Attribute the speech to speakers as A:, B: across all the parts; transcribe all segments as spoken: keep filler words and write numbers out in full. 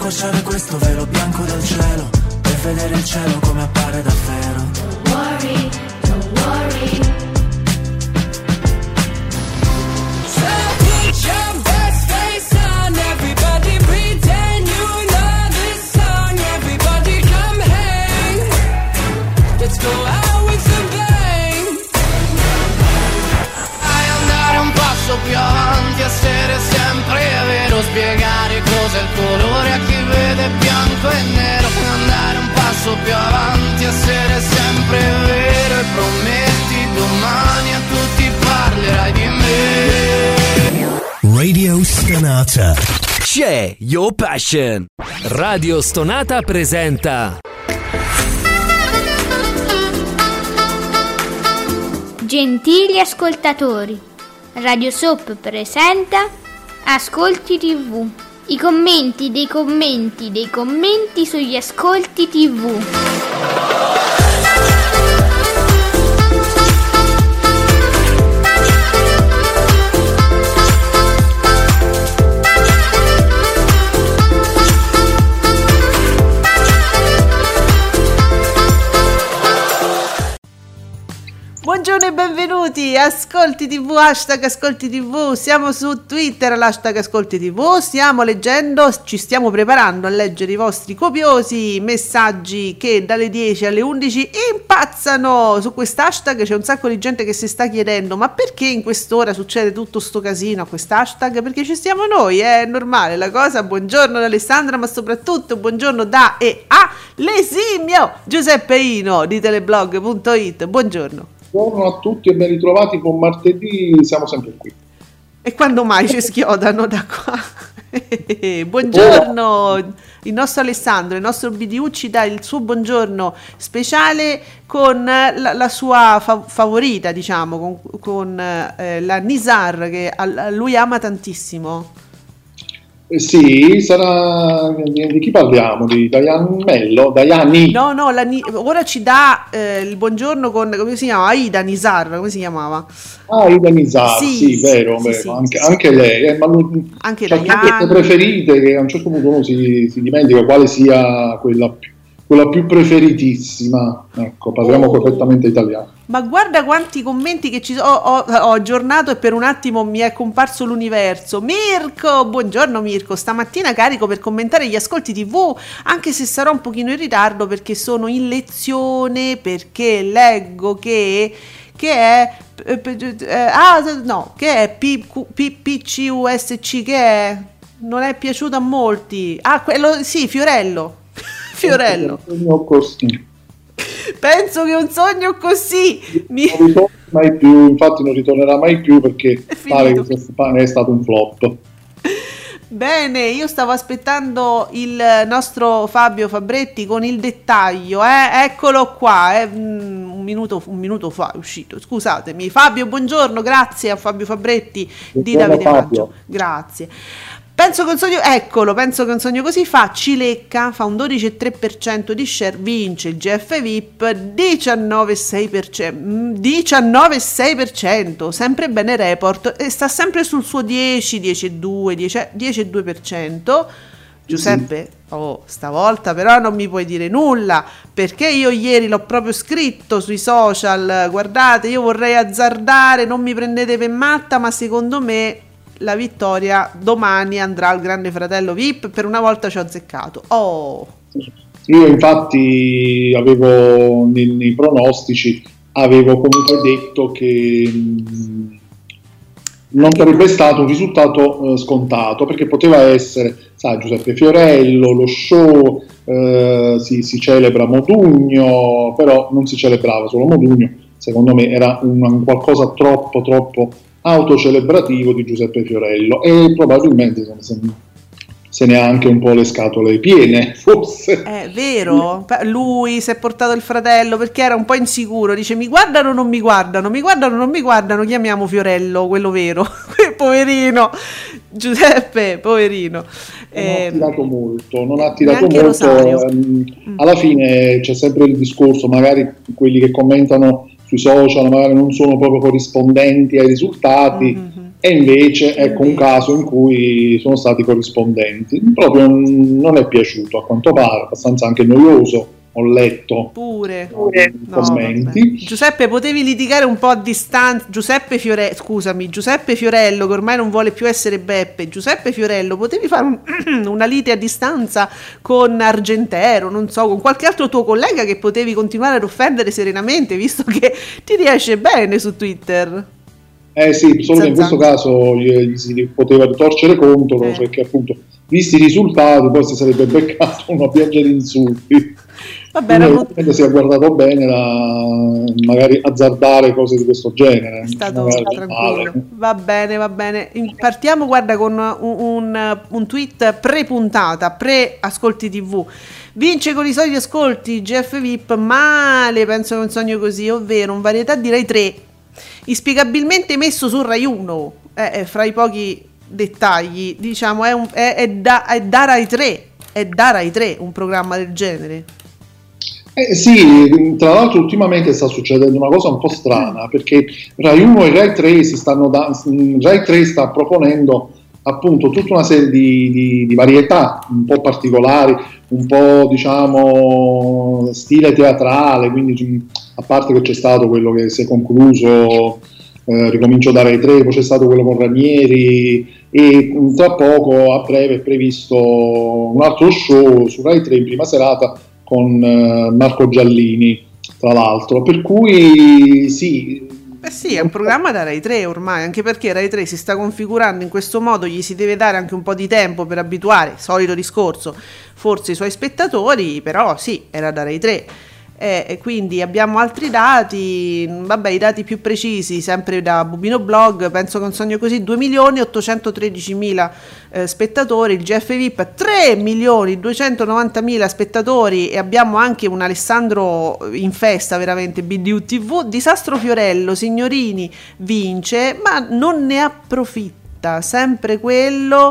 A: accorciare questo velo bianco del cielo per vedere il cielo come appare davvero.
B: Don't worry, don't worry. So put your best face on, everybody pretend you know this song. Everybody come hang, let's go out with the bang. Vai andare un passo più avanti, essere sempre vero, spiegare cos'è il colore a chi vede bianco e nero. Andare un passo più avanti, essere sempre vero, e prometti domani a tutti parlerai di me.
C: Radio Stonata.
D: C'è Your Passion. Radio Stonata presenta
E: Gentili ascoltatori, Radio Soap presenta Ascolti tivù. I commenti dei commenti dei commenti sugli ascolti tivù.
F: Buongiorno e benvenuti, Ascolti tivù, hashtag Ascolti tivù, siamo su Twitter, l'hashtag Ascolti tivù, stiamo leggendo, ci stiamo preparando a leggere i vostri copiosi messaggi che dalle dieci alle undici impazzano. Su quest'hashtag c'è un sacco di gente che si sta chiedendo ma perché in quest'ora succede tutto sto casino a quest'hashtag? Perché ci stiamo noi, è normale la cosa. Buongiorno da Alessandra, ma soprattutto buongiorno da e a l'esimio Giuseppe Ino di teleblog punto it, buongiorno.
G: Buongiorno a tutti e ben ritrovati, buon martedì, siamo sempre qui.
F: E quando mai ci schiodano da qua? Buongiorno, il nostro Alessandro, il nostro B D U ci dà il suo buongiorno speciale con la, la sua fa- favorita, diciamo, con, con eh, la Nizar che a, a lui ama tantissimo.
G: Eh sì, sarà di chi parliamo? Di Diane Mello? Diani?
F: No, no, la, ora ci dà eh, il buongiorno con, come si chiama? Aida Nizar, come si chiamava?
G: Ah, Aida Nizar, sì, sì, vero,
F: sì,
G: vero.
F: Sì,
G: anche,
F: sì,
G: anche lei, eh, ma lui,
F: anche
G: cioè,
F: Diane.
G: le preferite che a un certo punto uno si, si dimentica quale sia quella più, quella più preferitissima. Ecco, parliamo
F: oh.
G: perfettamente italiano.
F: Ma guarda quanti commenti che ci sono, ho, ho, ho aggiornato e per un attimo mi è comparso l'universo. Mirko, buongiorno Mirko, stamattina carico per commentare gli ascolti tivù, anche se sarò un pochino in ritardo perché sono in lezione, perché leggo che, che è, eh, ah no, che è P C U S C, che è, non è piaciuto a molti, ah quello, sì, Fiorello, Fiorello. Penso che un sogno così mi...
G: non ritorna mai più, infatti non ritornerà mai più perché pare che questo pane è stato un flop.
F: Bene, io stavo aspettando il nostro Fabio Fabretti con il dettaglio, eh? Eccolo qua, eh? un, minuto, un minuto fa è uscito, scusatemi. Fabio, buongiorno, grazie a Fabio Fabretti di Davide Maggio, grazie. Penso che un sogno, eccolo, penso che un sogno così fa, Cilecca, fa un dodici virgola tre per cento di share, vince il G F V I P, diciannove virgola sei per cento, diciannove virgola sei per cento, sempre bene Report, e sta sempre sul suo dieci, dieci virgola due, dieci virgola due per cento. Giuseppe, oh, stavolta però non mi puoi dire nulla, perché io ieri l'ho proprio scritto sui social, guardate, io vorrei azzardare, non mi prendete per matta, ma secondo me la vittoria domani andrà al Grande Fratello V I P, per una volta ci ho azzeccato. Oh.
G: Io infatti avevo nei, nei pronostici avevo comunque detto che mh, non sarebbe stato un risultato eh, scontato, perché poteva essere, sai, Giuseppe Fiorello, lo show, eh, si, si celebra Modugno, però non si celebrava solo Modugno, secondo me era un, un qualcosa troppo troppo autocelebrativo di Giuseppe Fiorello, e probabilmente se, se ne ha anche un po' le scatole piene, forse.
F: È vero, lui si è portato il fratello perché era un po' insicuro, dice mi guardano o non mi guardano, mi guardano o non mi guardano, chiamiamo Fiorello, quello vero. Poverino Giuseppe, poverino.
G: Non
F: eh,
G: ha tirato molto, non ha tirato molto.
F: Rosario.
G: Ehm, alla fine c'è sempre il discorso, magari quelli che commentano sui social magari non sono proprio corrispondenti ai risultati, mm-hmm. e invece ecco un caso in cui sono stati corrispondenti. Proprio non è piaciuto, a quanto pare, abbastanza anche noioso. Ho letto
F: pure,
G: pure. No, commenti.
F: Giuseppe, potevi litigare un po' a distanza. Giuseppe Fiorello, scusami, Giuseppe Fiorello, che ormai non vuole più essere Beppe. Giuseppe Fiorello, potevi fare un, una lite a distanza con Argentero, non so, con qualche altro tuo collega che potevi continuare ad offendere serenamente, visto che ti riesce bene su Twitter.
G: Eh sì, solo che in questo caso gli si poteva ritorcere contro, eh. perché appunto, visti i risultati, poi si sarebbe beccato una pioggia di insulti.
F: Vabbè,
G: molto... si è guardato bene da magari azzardare cose di questo genere.
F: È stato tranquillo. Va bene, va bene. Partiamo, guarda, con un, un, un tweet pre-puntata, pre-ascolti tivù. Vince con i soliti ascolti G F V I P, male, penso che un sogno così, ovvero un varietà di Rai tre, inspiegabilmente messo su Rai uno, eh, fra i pochi dettagli, diciamo, è, un, è, è, da, è da Rai tre, è da Rai tre un programma del genere.
G: Eh sì, tra l'altro ultimamente sta succedendo una cosa un po' strana, perché Rai uno e Rai tre si stanno da, Rai tre sta proponendo appunto tutta una serie di, di, di varietà un po' particolari, un po' diciamo stile teatrale, quindi a parte che c'è stato quello che si è concluso, eh, ricomincio da Rai tre, poi c'è stato quello con Ranieri e tra poco a breve è previsto un altro show su Rai tre in prima serata con uh, Marco Giallini, tra l'altro, per cui sì.
F: Eh sì, è un programma da Rai tre ormai, anche perché Rai tre si sta configurando in questo modo, gli si deve dare anche un po' di tempo per abituare, solito discorso, forse i suoi spettatori, però sì, era da Rai tre. Eh, e quindi abbiamo altri dati, vabbè, i dati più precisi sempre da Bubino Blog, penso che un sogno così due milioni ottocentotredicimila eh, spettatori, il G F V I P tre milioni duecentonovantamila spettatori e abbiamo anche un Alessandro in festa veramente, B D U T V. Disastro Fiorello, signorini, vince ma non ne approfitta, sempre quello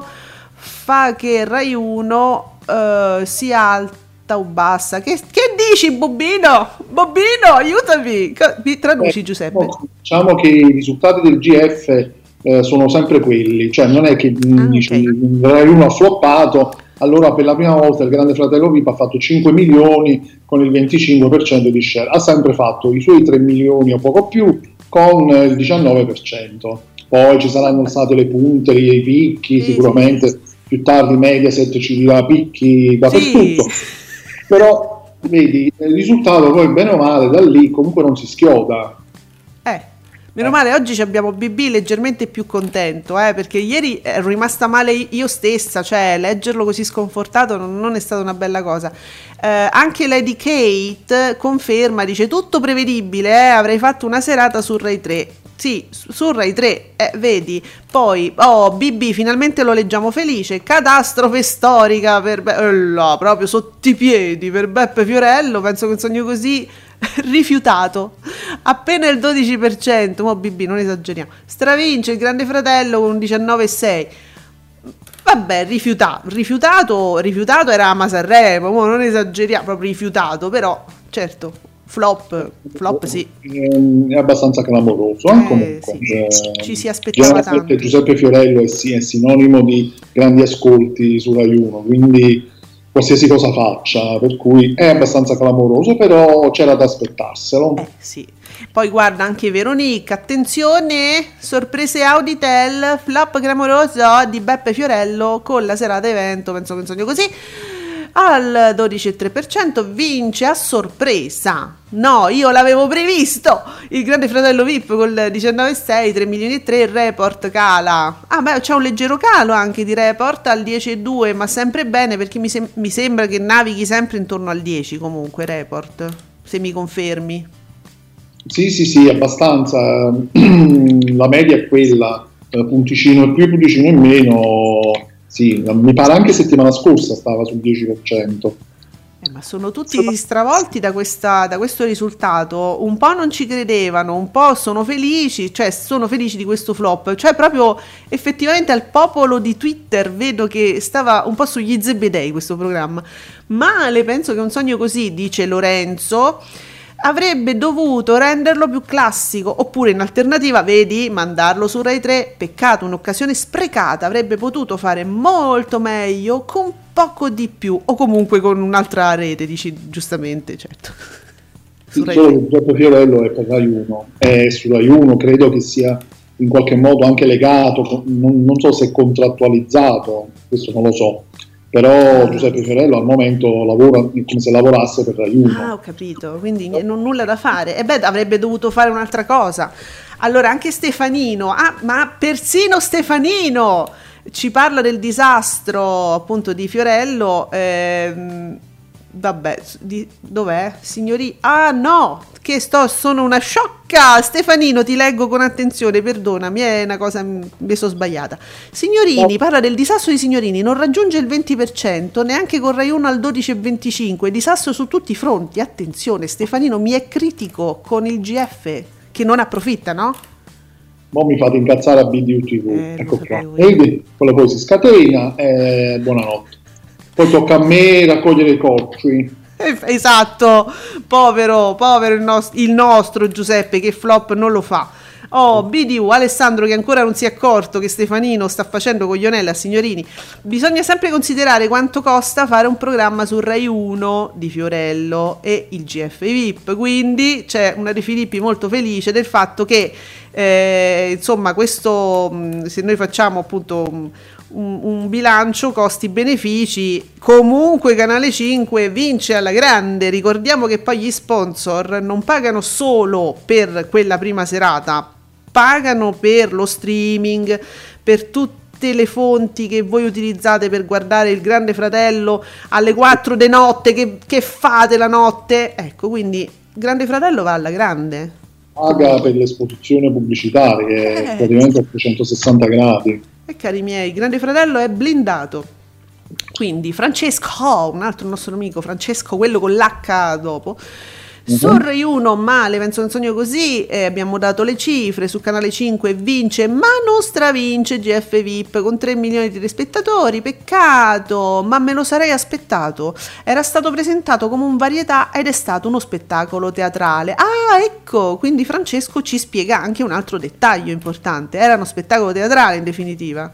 F: fa che Rai uno eh, si alza o bassa. Che, che dici Bobino? Bobino, aiutami, mi traduci, Giuseppe.
G: Diciamo che i risultati del G F eh, sono sempre quelli, cioè non è che ah, dici okay. Rai uno ha floppato, allora per la prima volta il Grande Fratello V I P ha fatto cinque milioni con il venticinque per cento di share, ha sempre fatto i suoi tre milioni o poco più con il diciannove per cento, poi ci saranno state le punte, i picchi, sì, sicuramente sì. Più tardi Mediaset ci dirà picchi dappertutto. Sì. Però vedi, il risultato poi bene o male da lì comunque non si schioda.
F: Eh, meno eh. male oggi abbiamo B B leggermente più contento, eh, perché ieri ero rimasta male io stessa, cioè leggerlo così sconfortato non, non è stata una bella cosa. Eh, anche Lady Kate conferma, dice tutto prevedibile, eh, avrei fatto una serata su Rai tre. Sì, su Rai tre, eh, vedi, poi, oh, B B, finalmente lo leggiamo felice, catastrofe storica, per Be- oh, là, proprio sotto i piedi, per Beppe Fiorello, penso che un sogno così, rifiutato, appena il dodici per cento, mo B B, non esageriamo, stravince il Grande Fratello con un diciannove virgola sei, vabbè, rifiutato, rifiutato, rifiutato era Ama Sanremo, mo non esageriamo, proprio rifiutato, però, certo, flop, flop sì.
G: È abbastanza clamoroso, eh, comunque.
F: Sì. Eh, ci si aspettava tanto.
G: Giuseppe Fiorello è, sì, è sinonimo di grandi ascolti su Rai uno, quindi qualsiasi cosa faccia, per cui è abbastanza clamoroso, però c'era da aspettarselo.
F: Eh, sì. Poi guarda anche Veronica, attenzione, sorprese Auditel, flop clamoroso di Beppe Fiorello con la serata evento, penso che un sogno così. Al dodici virgola tre per cento vince a sorpresa, no, io l'avevo previsto, il Grande Fratello V I P col diciannove virgola sei, tre milioni e tre, il Report cala, ah beh c'è un leggero calo anche di Report al dieci virgola due, ma sempre bene perché mi, sem- mi sembra che navighi sempre intorno al dieci comunque Report, se mi confermi.
G: Sì sì sì, abbastanza, la media è quella, punticino più, punticino in meno. Sì, mi pare anche settimana scorsa stava sul dieci per cento.
F: Eh, ma sono tutti stravolti da, questa, da questo risultato, un po' non ci credevano, un po' sono felici, cioè sono felici di questo flop, cioè proprio effettivamente al popolo di Twitter vedo che stava un po' sugli zebedei questo programma, male, penso che un sogno così, dice Lorenzo. avrebbe dovuto renderlo più classico, oppure in alternativa, vedi, mandarlo su Rai tre, peccato, un'occasione sprecata, avrebbe potuto fare molto meglio con poco di più, o comunque con un'altra rete, dici giustamente, certo.
G: Su Rai solo che Giuseppe Fiorello è per Rai uno, e su Rai uno credo che sia in qualche modo anche legato, non, non so se è contrattualizzato, questo non lo so, però Giuseppe Fiorello al momento lavora come se lavorasse per Rai uno.
F: Ah, ho capito, quindi non nulla da fare. E beh, avrebbe dovuto fare un'altra cosa. Allora, anche Stefanino, ah, ma persino Stefanino ci parla del disastro appunto di Fiorello. Ehm, vabbè, di, dov'è? Signori, ah no, che sto, sono una sciocca. Stefanino, ti leggo con attenzione, perdonami, è una cosa, mi sono sbagliata. Signorini, oh. Parla del disastro di Signorini, non raggiunge il venti per cento, neanche con Rai uno al dodici virgola venticinque, disastro su tutti i fronti. Attenzione, Stefanino mi è critico con il G F, che non approfitta, no?
G: Mo mi fate incazzare a B D U T V, eh, ecco qua, vedi, quello poi si scatena, e buonanotte. Poi tocca a me raccogliere i cocci.
F: Esatto, povero, povero il, nos- il nostro Giuseppe, che flop non lo fa. Oh, B D U, Alessandro che ancora non si è accorto che Stefanino sta facendo coglionelle a Signorini. Bisogna sempre considerare quanto costa fare un programma su Rai uno di Fiorello e il G F V I P, quindi c'è una De Filippi molto felice del fatto che eh, insomma questo, se noi facciamo appunto un, un bilancio costi-benefici, comunque Canale cinque vince alla grande. Ricordiamo che poi gli sponsor non pagano solo per quella prima serata, pagano per lo streaming, per tutte le fonti che voi utilizzate per guardare il Grande Fratello alle quattro di notte, che, che fate la notte, ecco, quindi Grande Fratello va alla grande,
G: paga per l'esposizione pubblicitaria che eh. è praticamente a trecentosessanta gradi.
F: E cari miei, Grande Fratello è blindato. Quindi Francesco, un altro nostro amico, Francesco, quello con l'H dopo. Uh-huh. Su Rai uno male, penso un sogno così, eh, abbiamo dato le cifre, su Canale cinque vince ma non stravince G F V I P con tre milioni di spettatori, peccato, ma me lo sarei aspettato, era stato presentato come un varietà ed è stato uno spettacolo teatrale. Ah, ecco, quindi Francesco ci spiega anche un altro dettaglio importante, era uno spettacolo teatrale in definitiva.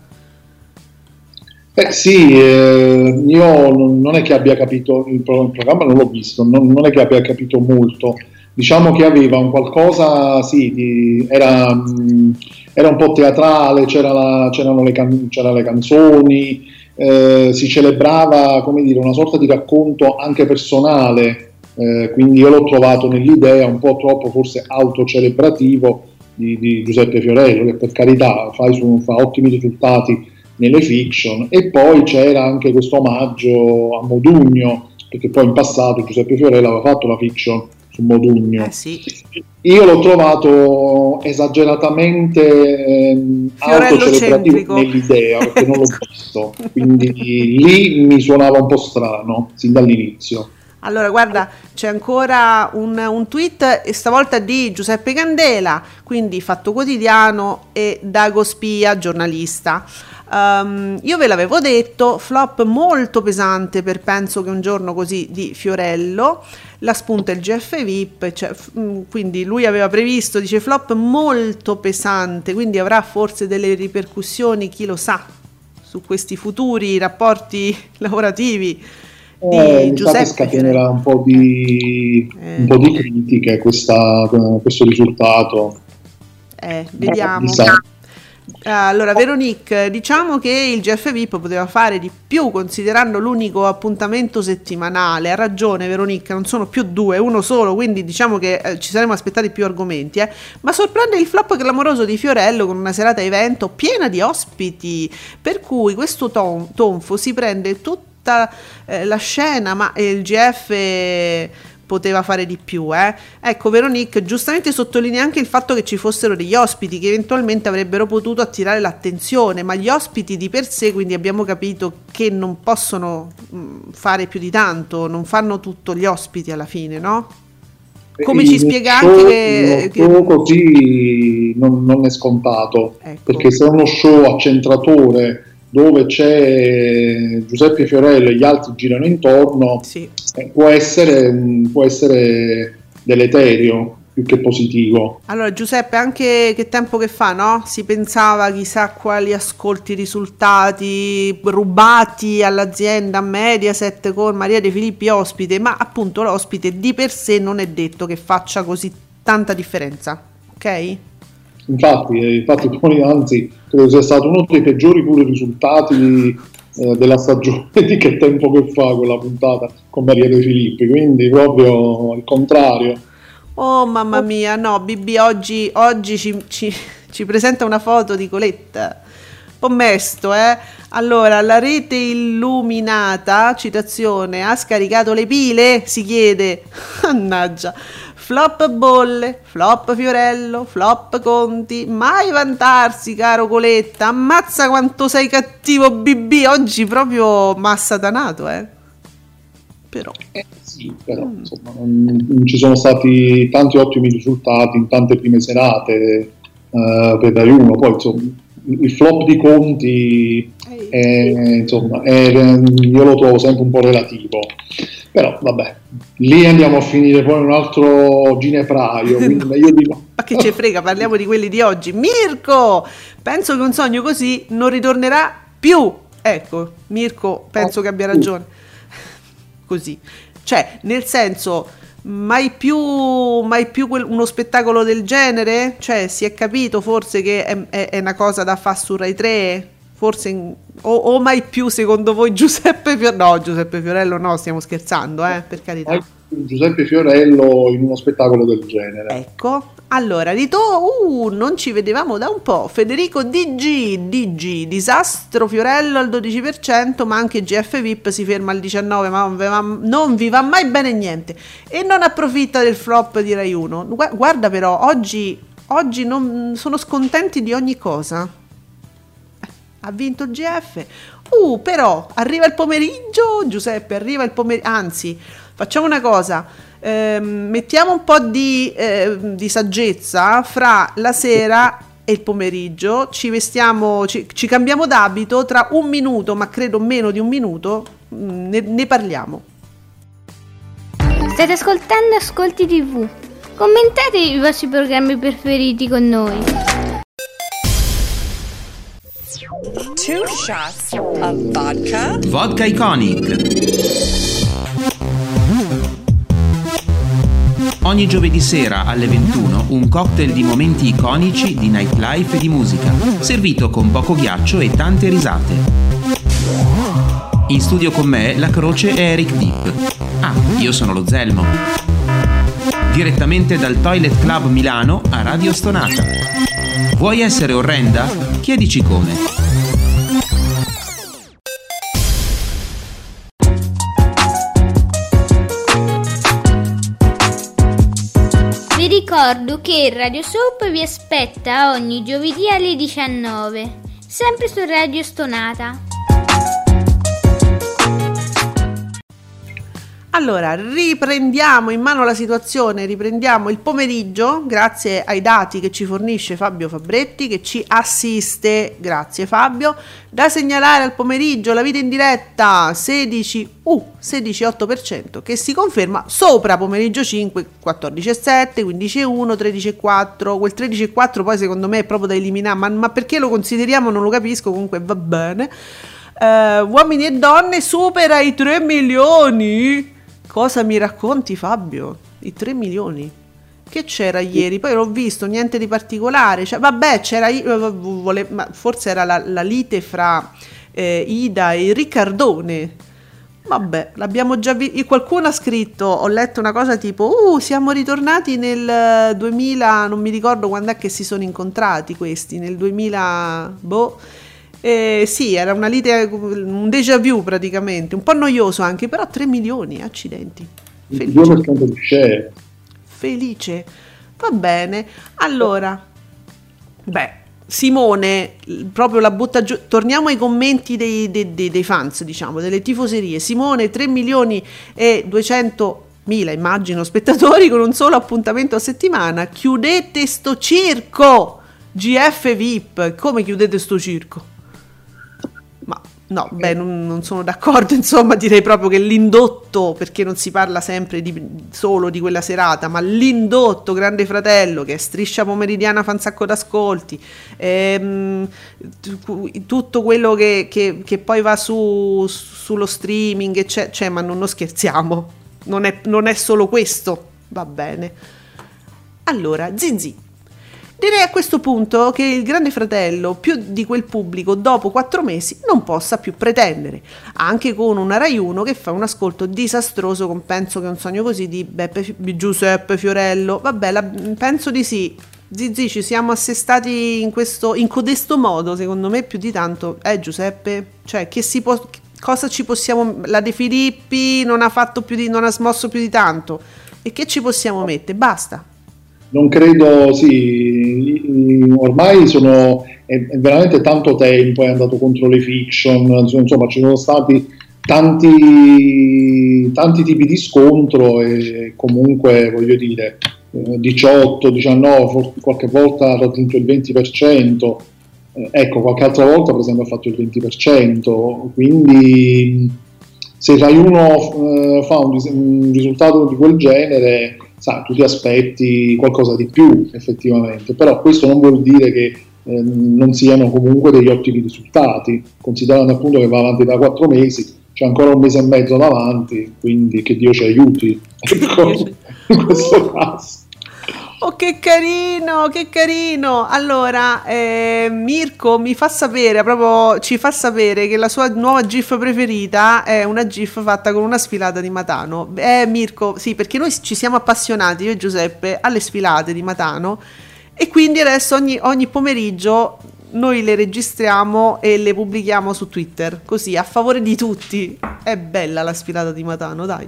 G: Eh sì, eh, io non, non è che abbia capito, il, pro, il programma non l'ho visto, non, non è che abbia capito molto, diciamo che aveva un qualcosa, sì, di, era, mh, era un po' teatrale, c'era la, c'erano le, can, c'erano le canzoni, eh, si celebrava, come dire, una sorta di racconto anche personale, eh, quindi io l'ho trovato nell'idea un po' troppo forse autocelebrativo di, di Giuseppe Fiorello, che per carità fa, su, fa ottimi risultati nelle fiction, e poi c'era anche questo omaggio a Modugno, perché poi in passato Giuseppe Fiorello aveva fatto la fiction su Modugno.
F: Eh sì.
G: Io l'ho trovato esageratamente ehm, autocelebrativo nell'idea, perché non l'ho visto, quindi lì mi suonava un po' strano sin dall'inizio.
F: Allora guarda, c'è ancora un, un tweet, stavolta di Giuseppe Candela, quindi Fatto Quotidiano, e Dago Spia, giornalista. Um, io ve l'avevo detto, flop molto pesante per Penso che un giorno così di Fiorello, la spunta il G F V I P, cioè, quindi lui aveva previsto, dice flop molto pesante, quindi avrà forse delle ripercussioni, chi lo sa, su questi futuri rapporti lavorativi di
G: eh,
F: Giuseppe
G: scatenerà un po' di,
F: eh.
G: un po' di critiche questa, questo risultato.
F: Eh, vediamo. Allora, Veronique, diciamo che il G F V I P poteva fare di più considerando l'unico appuntamento settimanale. Ha ragione Veronique, non sono più due, uno solo, quindi diciamo che eh, ci saremmo aspettati più argomenti, eh. Ma sorprende il flop clamoroso di Fiorello con una serata evento piena di ospiti, per cui questo ton- tonfo si prende tutta eh, la scena, ma il G F poteva fare di più, eh. Ecco, Veronique giustamente sottolinea anche il fatto che ci fossero degli ospiti che eventualmente avrebbero potuto attirare l'attenzione, ma gli ospiti di per sé, quindi abbiamo capito che non possono mh, fare più di tanto, non fanno tutto gli ospiti alla fine, no? Come
G: il
F: ci spiega
G: show,
F: anche che,
G: che show così non, non è scontato,
F: ecco.
G: Perché se è uno show accentratore dove c'è Giuseppe Fiorello e gli altri girano intorno,
F: sì.
G: eh, può essere, può essere deleterio più che positivo.
F: Allora Giuseppe, anche che tempo che fa, no? Si pensava chissà quali ascolti, risultati rubati all'azienda Mediaset con Maria De Filippi ospite, ma appunto l'ospite di per sé non è detto che faccia così tanta differenza, ok?
G: Infatti, infatti anzi credo sia stato uno dei peggiori pure risultati eh, della stagione di Che tempo che fa quella puntata con Maria De Filippi, quindi proprio il contrario.
F: Oh mamma mia, no, B B oggi, oggi ci, ci, ci presenta una foto di Coletta, un po' mesto, eh? Allora, la rete illuminata, citazione, ha scaricato le pile? Si chiede, mannaggia, flop bolle, flop Fiorello, flop Conti, mai vantarsi caro Coletta, ammazza quanto sei cattivo B B, oggi proprio m'assatanato, eh? Però...
G: Eh, sì, però mm. insomma, non, non ci sono stati tanti ottimi risultati in tante prime serate uh, per Rai uno, poi insomma il flop di Conti è, insomma, è, io lo trovo sempre un po' relativo, però vabbè, lì andiamo a finire poi in un altro ginepraio, quindi no. Io dico...
F: Ma che ce frega, parliamo di quelli di oggi. Mirko, penso che un sogno così non ritornerà più, ecco, Mirko penso che abbia ragione. Così, cioè nel senso mai più mai più quel, uno spettacolo del genere, cioè si è capito forse che è, è, è una cosa da fare su Rai tre, forse in, o, o mai più secondo voi Giuseppe Fiorello, no Giuseppe Fiorello no, stiamo scherzando, eh, per carità.
G: Giuseppe Fiorello in uno spettacolo del genere,
F: ecco. Allora, Rito, uh, non ci vedevamo da un po'. Federico D G, D G, disastro Fiorello al dodici per cento, ma anche G F V I P si ferma al diciannove per cento, ma non vi, va, non vi va mai bene niente. E non approfitta del flop di Rai uno. Guarda però, oggi, oggi non, sono scontenti di ogni cosa. Eh, ha vinto G F. Uh, però, arriva il pomeriggio, Giuseppe, arriva il pomeriggio, anzi, facciamo una cosa. Eh, mettiamo un po' di, eh, di saggezza fra la sera e il pomeriggio, ci vestiamo, ci, ci cambiamo d'abito, tra un minuto, ma credo meno di un minuto, ne, ne parliamo.
E: State ascoltando Ascolti tivù. Commentate i vostri programmi preferiti con noi.
C: Two shots of vodka.
H: Vodka Iconic. Ogni giovedì sera alle ventuno un cocktail di momenti iconici di nightlife e di musica, servito con poco ghiaccio e tante risate. In studio con me la croce è Eric Deep. Ah, io sono lo Zelmo. Direttamente dal Toilet Club Milano a Radio Stonata. Vuoi essere orrenda? Chiedici come.
E: Ricordo che Radio Soap vi aspetta ogni giovedì alle diciannove, sempre su Radio Stonata.
F: Allora, riprendiamo in mano la situazione, riprendiamo il pomeriggio, grazie ai dati che ci fornisce Fabio Fabretti, che ci assiste, grazie Fabio. Da segnalare al pomeriggio la vita in diretta sedici uh, sedici virgola otto per cento, che si conferma sopra pomeriggio cinque, quattordici virgola sette, quindici virgola uno, tredici virgola quattro, quel tredici virgola quattro poi secondo me è proprio da eliminare, ma, ma perché lo consideriamo non lo capisco, comunque va bene. Uh, uomini e donne supera i tre milioni. Cosa mi racconti Fabio? I tre milioni? Che c'era ieri? Poi l'ho visto, niente di particolare. Cioè, vabbè, c'era vole, ma forse era la, la lite fra eh, Ida e Riccardone. Vabbè, l'abbiamo già visto. Qualcuno ha scritto, ho letto una cosa tipo uh, siamo ritornati nel duemila, non mi ricordo quando è che si sono incontrati questi, nel duemila, boh. Eh, sì, era una lite, un déjà vu praticamente, un po' noioso anche, però tre milioni, accidenti. Felice. Felice. Va bene. Allora, beh, Simone, proprio la butta giù, torniamo ai commenti dei, dei, dei, dei fans, diciamo, delle tifoserie. Simone, tre milioni e duecentomila, immagino, spettatori con un solo appuntamento a settimana. Chiudete sto circo! G F V I P, come chiudete sto circo? Ma No, beh, non, non sono d'accordo, insomma, direi proprio che l'indotto, perché non si parla sempre di, solo di quella serata, ma l'indotto Grande Fratello, che è Striscia Pomeridiana, fa un sacco d'ascolti, ehm, tutto quello che, che, che poi va su, sullo streaming, eccetera, cioè, ma non, non scherziamo, non è, non è solo questo, va bene. Allora, Zizi. Direi a questo punto che il Grande Fratello, più di quel pubblico, dopo quattro mesi non possa più pretendere, anche con una Rai uno che fa un ascolto disastroso con Penso che un sogno così di Beppe, Giuseppe Fiorello. Vabbè, la, penso di sì. Zizi, ci siamo assestati in questo, in codesto modo, secondo me, più di tanto. Eh, Giuseppe? Cioè, che si può, cosa ci possiamo... La De Filippi non ha fatto più di... non ha smosso più di tanto. E che ci possiamo mettere? Basta.
G: Non credo, sì, ormai sono, è, è veramente tanto tempo, è andato contro le fiction, insomma ci sono stati tanti, tanti tipi di scontro e comunque voglio dire diciotto, diciannove, qualche volta ha raggiunto il venti per cento, ecco, qualche altra volta per esempio ha fatto il venti per cento, quindi se Rai uno eh, fa un, un risultato di quel genere, sai, tu ti aspetti qualcosa di più effettivamente, però questo non vuol dire che eh, non siano comunque degli ottimi risultati, considerando appunto che va avanti da quattro mesi, c'è ancora un mese e mezzo davanti, quindi che Dio ci aiuti ecco, in questo caso.
F: Oh, che carino, che carino. Allora, eh, Mirko mi fa sapere, proprio ci fa sapere che la sua nuova GIF preferita è una GIF fatta con una sfilata di Matano. Eh, Mirko, sì, perché noi ci siamo appassionati, io e Giuseppe, alle sfilate di Matano e quindi adesso ogni, ogni pomeriggio noi le registriamo e le pubblichiamo su Twitter, così a favore di tutti. È bella la sfilata di Matano, dai.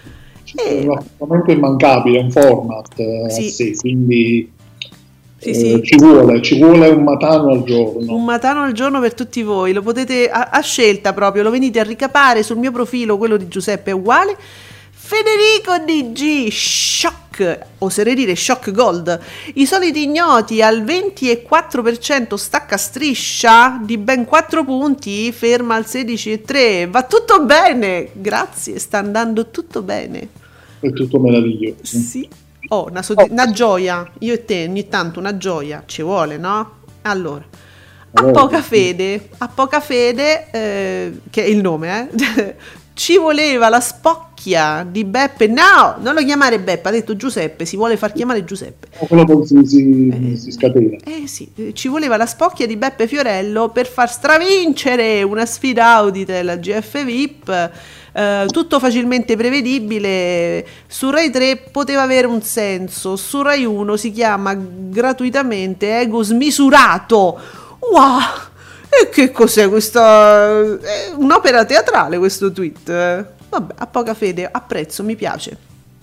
G: È un assolutamente immancabile, un format sì. Sì, quindi sì, eh, sì. Ci, vuole, ci vuole un Matano al giorno.
F: Un Matano al giorno per tutti voi, lo potete a, a scelta proprio, lo venite a ricapare sul mio profilo, quello di Giuseppe è uguale. Federico D G, shock, oserei dire shock gold, i soliti ignoti al venti virgola quattro per cento stacca striscia di ben quattro punti, ferma al sedici virgola tre, va tutto bene, grazie, sta andando tutto bene.
G: È tutto meraviglioso.
F: Sì, oh, una, sodd- una gioia, io e te ogni tanto una gioia, ci vuole, no? Allora, a poca fede, a poca fede, eh, che è il nome, eh? Ci voleva la spocchia di Beppe. No, non lo chiamare Beppe, ha detto Giuseppe, si vuole far chiamare Giuseppe.
G: Quello si, si, eh, si scatena.
F: Eh sì, ci voleva la spocchia di Beppe Fiorello per far stravincere una sfida Auditel G F V I P. Eh, tutto facilmente prevedibile. Su Rai tre poteva avere un senso, su Rai uno si chiama gratuitamente Ego Smisurato. Wow! E che cos'è questa? È un'opera teatrale questo tweet. Vabbè, a poca fede, apprezzo, mi piace.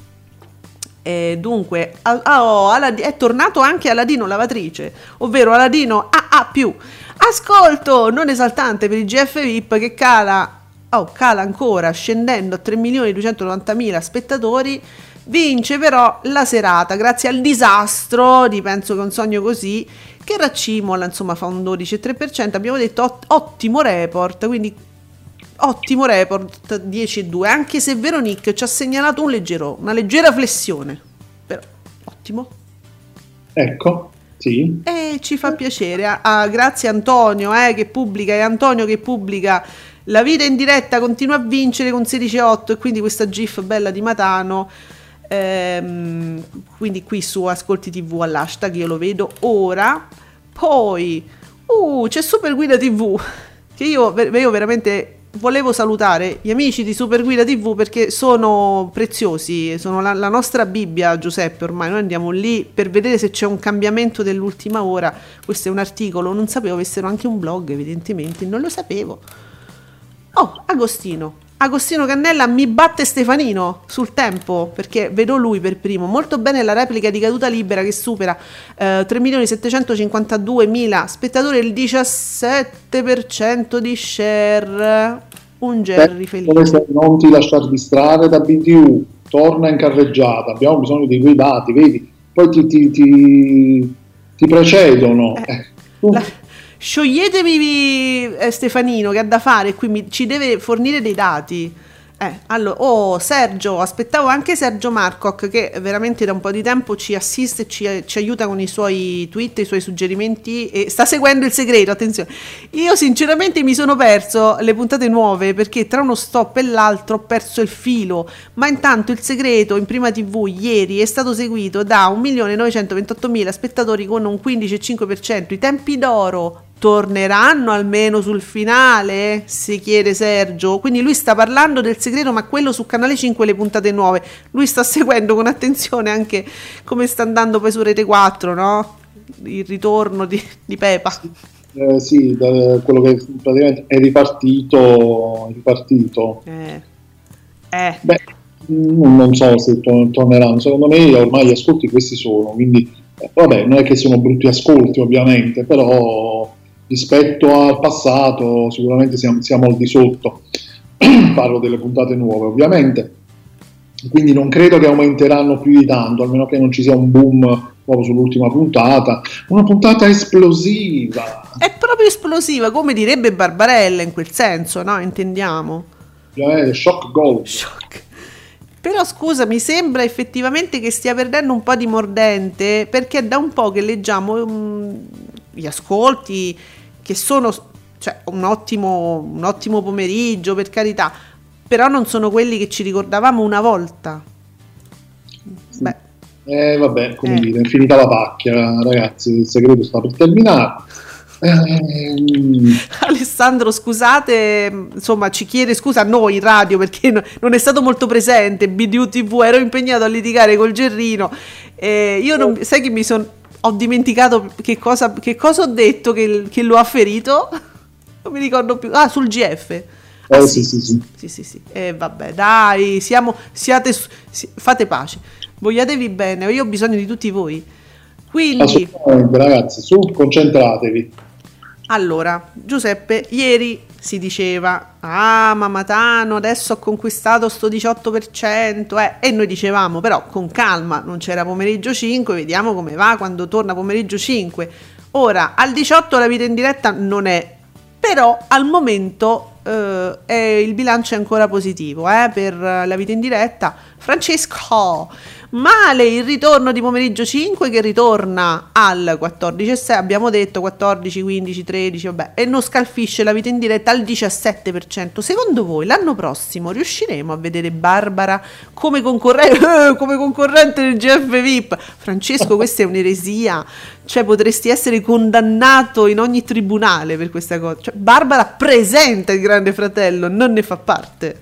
F: E dunque, oh, è tornato anche Aladino lavatrice, ovvero Aladino A A più. Ascolto non esaltante per il G F V I P che cala, oh, cala ancora, scendendo a tre milioni duecentonovantamila spettatori. Vince però la serata grazie al disastro di Penso che un sogno così, che raccimola, insomma fa un dodici virgola tre per cento, abbiamo detto ot- ottimo report, quindi ottimo report, dieci virgola due, anche se Veronique ci ha segnalato un leggero, una leggera flessione, però ottimo.
G: Ecco, sì.
F: E ci fa piacere, ah, ah, grazie Antonio eh, che pubblica, è Antonio che pubblica La vita in diretta continua a vincere con sedici virgola otto e quindi questa GIF bella di Matano. Ehm, quindi qui su Ascolti tivù all'hashtag io lo vedo ora. Poi uh, c'è Super Guida tivù che io, io veramente volevo salutare gli amici di Super Guida tivù perché sono preziosi, sono la, la nostra Bibbia, Giuseppe. Ormai noi andiamo lì per vedere se c'è un cambiamento dell'ultima ora. Questo è un articolo, non sapevo avessero anche un blog, evidentemente non lo sapevo. Oh, Agostino Agostino Cannella mi batte Stefanino sul tempo, perché vedo lui per primo. Molto bene la replica di Caduta Libera che supera eh, tre milioni settecentocinquantaduemila spettatori, il diciassette per cento di share. Un Jerry felice.
G: Non ti lasciar distrarre da B T U, torna in carreggiata, abbiamo bisogno di quei dati, vedi? Poi ti, ti, ti, ti precedono.
F: Eh, uh. la... scioglietemi eh, Stefanino che ha da fare qui, mi, ci deve fornire dei dati. Eh, allora, oh Sergio, aspettavo anche Sergio Marcoc che veramente da un po' di tempo ci assiste, ci, ci aiuta con i suoi tweet, i suoi suggerimenti e sta seguendo Il Segreto, attenzione. Io sinceramente mi sono perso le puntate nuove perché tra uno stop e l'altro ho perso il filo, ma intanto Il Segreto in Prima tivù ieri è stato seguito da un milione novecentoventottomila spettatori con un quindici virgola cinque per cento, i tempi d'oro torneranno almeno sul finale? Si chiede Sergio. Quindi lui sta parlando del Segreto, ma quello su Canale cinque, le puntate nuove. Lui sta seguendo con attenzione anche come sta andando poi su Rete quattro, no? Il ritorno di, di Pepa.
G: Eh, sì, da quello che praticamente è ripartito. È ripartito.
F: Eh. eh.
G: Beh, non so se to- torneranno. Secondo me ormai gli ascolti questi sono, quindi eh, vabbè, non è che sono brutti ascolti ovviamente, però rispetto al passato sicuramente siamo, siamo al di sotto. Parlo delle puntate nuove ovviamente, quindi non credo che aumenteranno più di tanto, almeno che non ci sia un boom proprio sull'ultima puntata, una puntata esplosiva,
F: è proprio esplosiva, come direbbe Barbarella, in quel senso, no? Intendiamo
G: ovviamente shock gold.
F: Shock. Però scusa, mi sembra effettivamente che stia perdendo un po' di mordente, perché è da un po' che leggiamo um, gli ascolti che sono, cioè, un ottimo, un ottimo pomeriggio, per carità, però non sono quelli che ci ricordavamo una volta.
G: Sì.
F: Beh.
G: Eh vabbè, come
F: eh.
G: dire, è finita la pacchia, ragazzi, Il Segreto sta per terminare. Eh,
F: Alessandro, scusate, insomma, ci chiede scusa a noi in radio perché no, non è stato molto presente. B D U T V, ero impegnato a litigare col Gerrino. Eh, io non, sai che mi sono, ho dimenticato che cosa, che cosa ho detto che, che lo ha ferito. Non mi ricordo più. Ah, sul G F. Ah,
G: eh,
F: sì,
G: sì, sì, sì.
F: sì, sì, sì. Eh, vabbè, dai, siamo, siate, si, fate pace, vogliatevi bene. Io ho bisogno di tutti voi. Quindi,
G: assolutamente, ragazzi, su, concentratevi.
F: Allora, Giuseppe, ieri si diceva, ah, ma Matano adesso ha conquistato sto diciotto per cento, eh, e noi dicevamo, però con calma, non c'era pomeriggio cinque, vediamo come va quando torna pomeriggio cinque. Ora, al diciotto la vita in diretta non è, però al momento eh, è, il bilancio è ancora positivo eh, per la vita in diretta. Francesco, male il ritorno di pomeriggio cinque che ritorna al quattordici e sei, abbiamo detto quattordici, quindici, tredici, vabbè, e non scalfisce la vita in diretta al diciassette per cento. Secondo voi l'anno prossimo riusciremo a vedere Barbara come concorrente, eh, come concorrente del G F V I P? Francesco, questa è un'eresia, cioè potresti essere condannato in ogni tribunale per questa cosa. Cioè, Barbara presenta il Grande Fratello, non ne fa parte.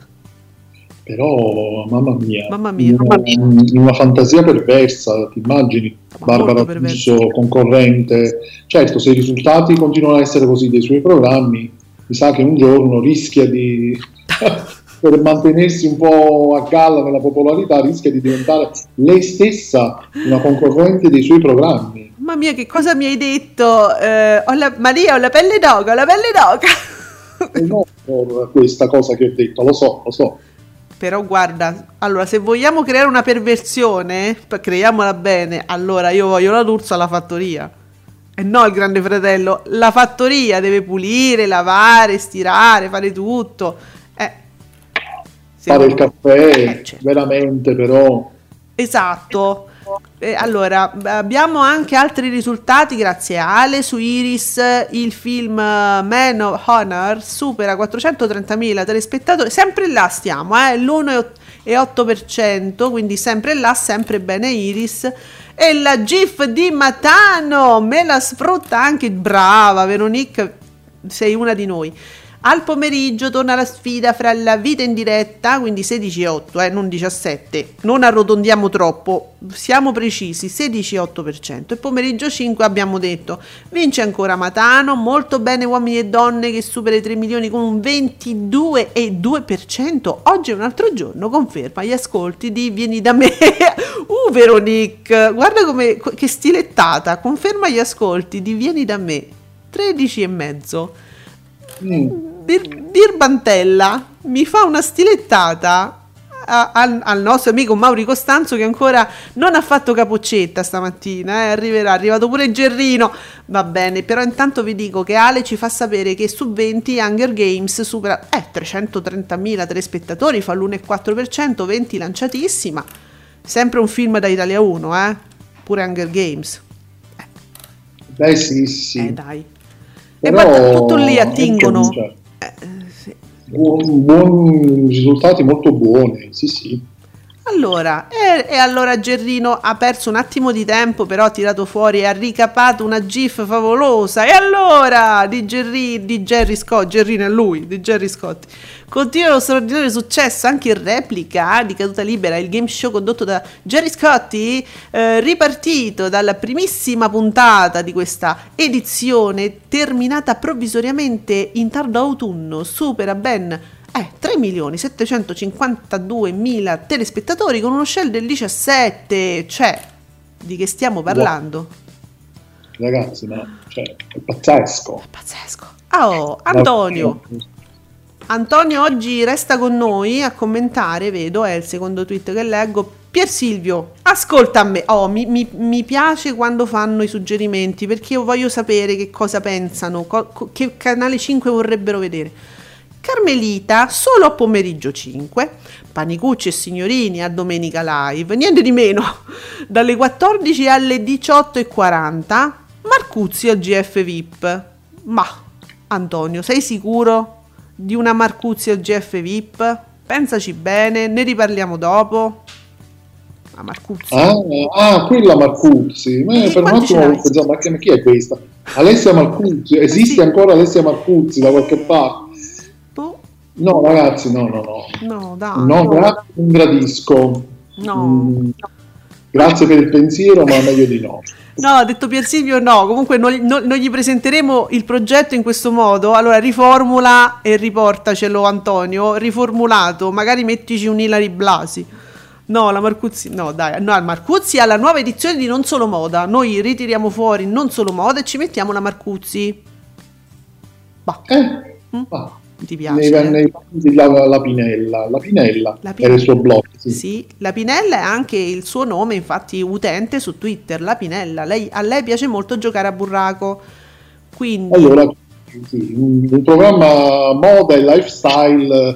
G: Però, mamma mia,
F: mamma mia,
G: in, in una fantasia perversa, ti immagini? Barbara Russo, concorrente. Certo, se i risultati continuano a essere così dei suoi programmi, mi sa che un giorno rischia di, per mantenersi un po' a galla nella popolarità, rischia di diventare lei stessa una concorrente dei suoi programmi.
F: Mamma mia, che cosa mi hai detto? Eh, ho la, Maria, ho la pelle d'oca, ho la pelle d'oca.
G: E non per questa cosa che ho detto, lo so, lo so.
F: Però guarda, allora se vogliamo creare una perversione, creiamola bene, allora io voglio la D'Urso alla fattoria e no il Grande Fratello. La fattoria deve pulire, lavare, stirare, fare tutto, eh,
G: fare il caffè,
F: eh, certo.
G: Veramente però.
F: Esatto. Eh, allora, abbiamo anche altri risultati grazie a Ale. Su Iris il film Man of Honor supera quattrocentotrentamila telespettatori, sempre là stiamo, eh, l'uno virgola otto per cento, quindi sempre là, sempre bene Iris. E la GIF di Matano me la sfrutta anche, brava Veronique, sei una di noi. Al pomeriggio torna la sfida fra la vita in diretta, quindi sedici virgola otto, eh, non diciassette, non arrotondiamo troppo, siamo precisi, sedici virgola otto per cento. E pomeriggio cinque abbiamo detto, vince ancora Matano, molto bene Uomini e Donne che supera i tre milioni con un ventidue virgola due per cento. Oggi è un altro giorno, conferma gli ascolti di Vieni da me. uh Veronique, guarda come, che stilettata, conferma gli ascolti di Vieni da me, tredici e mezzo. Mm. Bir, Birbantella mi fa una stilettata a, a, al nostro amico Mauri Costanzo, che ancora non ha fatto capoccetta stamattina, eh, arriverà, è arrivato pure Gerrino, va bene, però intanto vi dico che Ale ci fa sapere che su venti Hunger Games supera eh, trecentotrentamila telespettatori, fa l'uno virgola quattro per cento, venti lanciatissima, sempre un film da Italia uno, eh? Pure Hunger Games. Eh.
G: Beh sì, sì.
F: Eh dai.
G: Però,
F: e ma tutto lì attingono...
G: Eh, sì. buon, buon risultati molto buoni, sì sì.
F: Allora, e, e allora Gerrino ha perso un attimo di tempo, però ha tirato fuori e ha ricapato una gif favolosa. E allora, di Gerry, di Gerry Scott, Gerrino è lui, di Gerry Scott. Continua lo straordinario successo anche in replica di Caduta Libera, il game show condotto da Gerry Scotti, eh, ripartito dalla primissima puntata di questa edizione, terminata provvisoriamente in tardo autunno, supera ben Eh, tre milioni settecentocinquantaduemila telespettatori con uno share del diciassette, cioè, di che stiamo parlando?
G: Ragazzi, ma cioè, è pazzesco.
F: È pazzesco. Oh, Antonio. Antonio oggi resta con noi a commentare, vedo, è il secondo tweet che leggo. Pier Silvio, ascolta a me. Oh, mi, mi, mi piace quando fanno i suggerimenti, perché io voglio sapere che cosa pensano, co- che Canale cinque vorrebbero vedere. Carmelita solo a pomeriggio cinque, Panicucci e Signorini a domenica live, niente di meno, dalle quattordici alle diciotto e quaranta, Marcuzzi al G F V I P. Ma Antonio, sei sicuro di una Marcuzzi al G F V I P? Pensaci bene, ne riparliamo dopo. La Marcuzzi.
G: Ah, ah, quella Marcuzzi. Ma per un attimo ho pensato, ma chi è questa? Alessia Marcuzzi, esiste sì. ancora Alessia Marcuzzi da qualche parte? No, ragazzi, no, no, no.
F: No, dai.
G: No, gra- non gradisco.
F: No.
G: Mm, grazie per il pensiero, ma meglio di no.
F: No, ha detto Pier Silvio no. Comunque non, non, non gli presenteremo il progetto in questo modo. Allora riformula e riportacelo, Antonio. Riformulato, magari mettici un Ilari Blasi. No, la Marcuzzi, no, dai. No, il Marcuzzi ha la nuova edizione di Non Solo Moda. Noi ritiriamo fuori Non Solo Moda e ci mettiamo la Marcuzzi. Bah.
G: Eh,
F: mm?
G: bah.
F: Ti piace?
G: Nei, nei, la, la Pinella, la Pinella,
F: la Pinella
G: era il suo blog. Sì.
F: sì, la Pinella è anche il suo nome, infatti utente su Twitter, la Pinella. Lei, a lei piace molto giocare a burraco. Quindi...
G: Allora, sì, un, un programma moda e lifestyle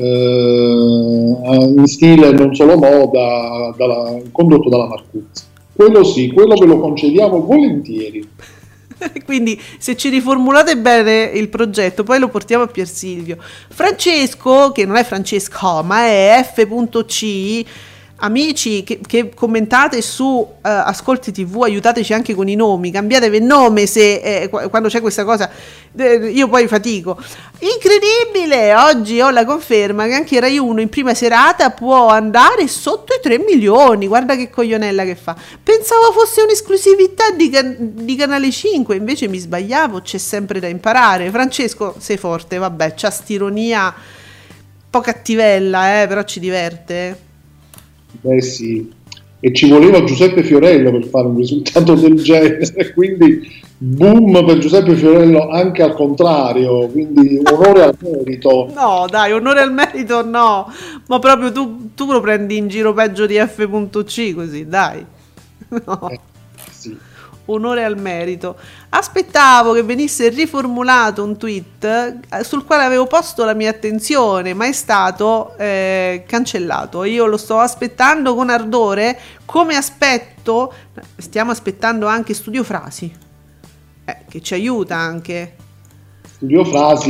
G: eh, in stile Non Solo Moda, dalla, condotto dalla Marcuzzi. Quello sì, quello ve lo concediamo volentieri.
F: Quindi se ci riformulate bene il progetto poi lo portiamo a Pier Silvio. Francesco, che non è Francesco ma è F C, amici che, che commentate su uh, Ascolti tivù, aiutateci anche con i nomi, cambiatevi il nome se eh, quando c'è questa cosa eh, io poi fatico. Incredibile, oggi ho la conferma che anche Rai uno in prima serata può andare sotto i tre milioni, guarda che coglionella che fa. Pensavo fosse un'esclusività di, can- di Canale cinque, invece mi sbagliavo, c'è sempre da imparare. Francesco, sei forte, vabbè, c'ha st'ironia un po' cattivella, eh, però ci diverte.
G: Beh sì, e ci voleva Giuseppe Fiorello per fare un risultato del genere, quindi boom per Giuseppe Fiorello anche al contrario, quindi onore al merito.
F: No dai, onore al merito no, ma proprio tu, tu lo prendi in giro peggio di F C così, dai. No.
G: Eh, sì.
F: Onore al merito. Aspettavo che venisse riformulato un tweet sul quale avevo posto la mia attenzione, ma è stato eh, cancellato. Io lo sto aspettando con ardore, come aspetto, stiamo aspettando anche Studio Frasi, eh, che ci aiuta anche.
G: Studio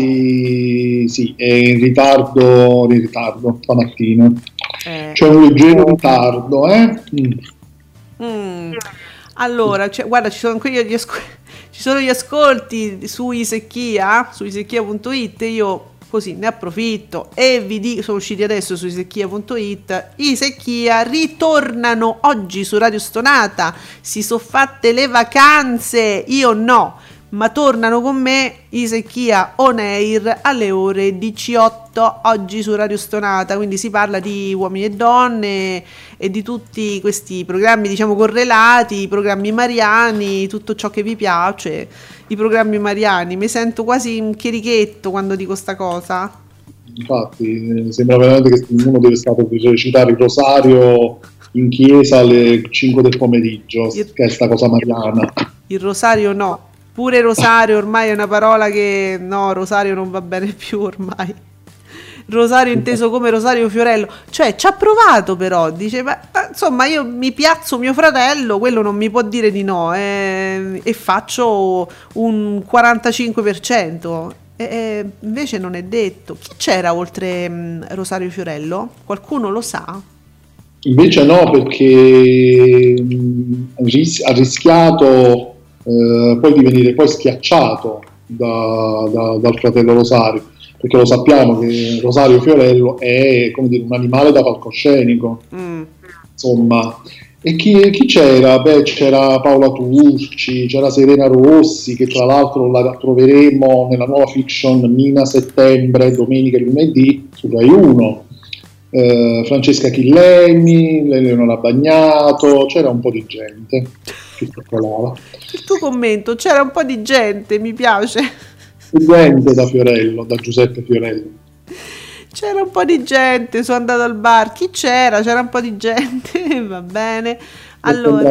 G: Frasi, sì, è in ritardo, in ritardo stamattina. Eh. C'è un leggero ritardo, eh? Mm.
F: Mm. Allora, cioè, guarda, ci sono, qui gli ascol- ci sono gli ascolti su Isecchia, su isecchia punto it, io così ne approfitto e vi dico, sono usciti adesso su isecchia punto it, Isecchia ritornano oggi su Radio Stonata, si sono fatte le vacanze, io no, ma tornano con me Isecchia On Air alle ore diciotto oggi su Radio Stonata, quindi si parla di uomini e donne e di tutti questi programmi diciamo correlati, i programmi mariani, tutto ciò che vi piace, i programmi mariani. Mi sento quasi un chierichetto quando dico sta cosa.
G: infatti sembra veramente che uno deve stare per recitare il rosario in chiesa alle cinque del pomeriggio, il, che è sta cosa mariana.
F: Il rosario no, pure rosario ormai è una parola che no, rosario non va bene più ormai. Rosario inteso come Rosario Fiorello, cioè ci ha provato, però dice ma, insomma io mi piazzo mio fratello, quello non mi può dire di no, eh, e faccio un quarantacinque per cento, e, e invece non è detto. Chi c'era oltre mh, Rosario Fiorello? Qualcuno lo sa?
G: Invece no, perché mh, ha rischiato eh, poi di venire poi schiacciato da, da, dal fratello Rosario, perché lo sappiamo che Rosario Fiorello è, come dire, un animale da palcoscenico, mm. insomma. E chi, chi c'era? Beh, c'era Paola Turci, c'era Serena Rossi, che tra l'altro la troveremo nella nuova fiction Mina Settembre, domenica e lunedì su Rai uno, eh, Francesca Chillemi, Eleonora Bagnato, c'era un po' di gente che circolava.
F: Il tuo commento, c'era un po' di gente, mi piace.
G: Gente da Fiorello, da Giuseppe Fiorello.
F: C'era un po' di gente, sono andato al bar. Chi c'era? C'era un po' di gente, va bene. Allora,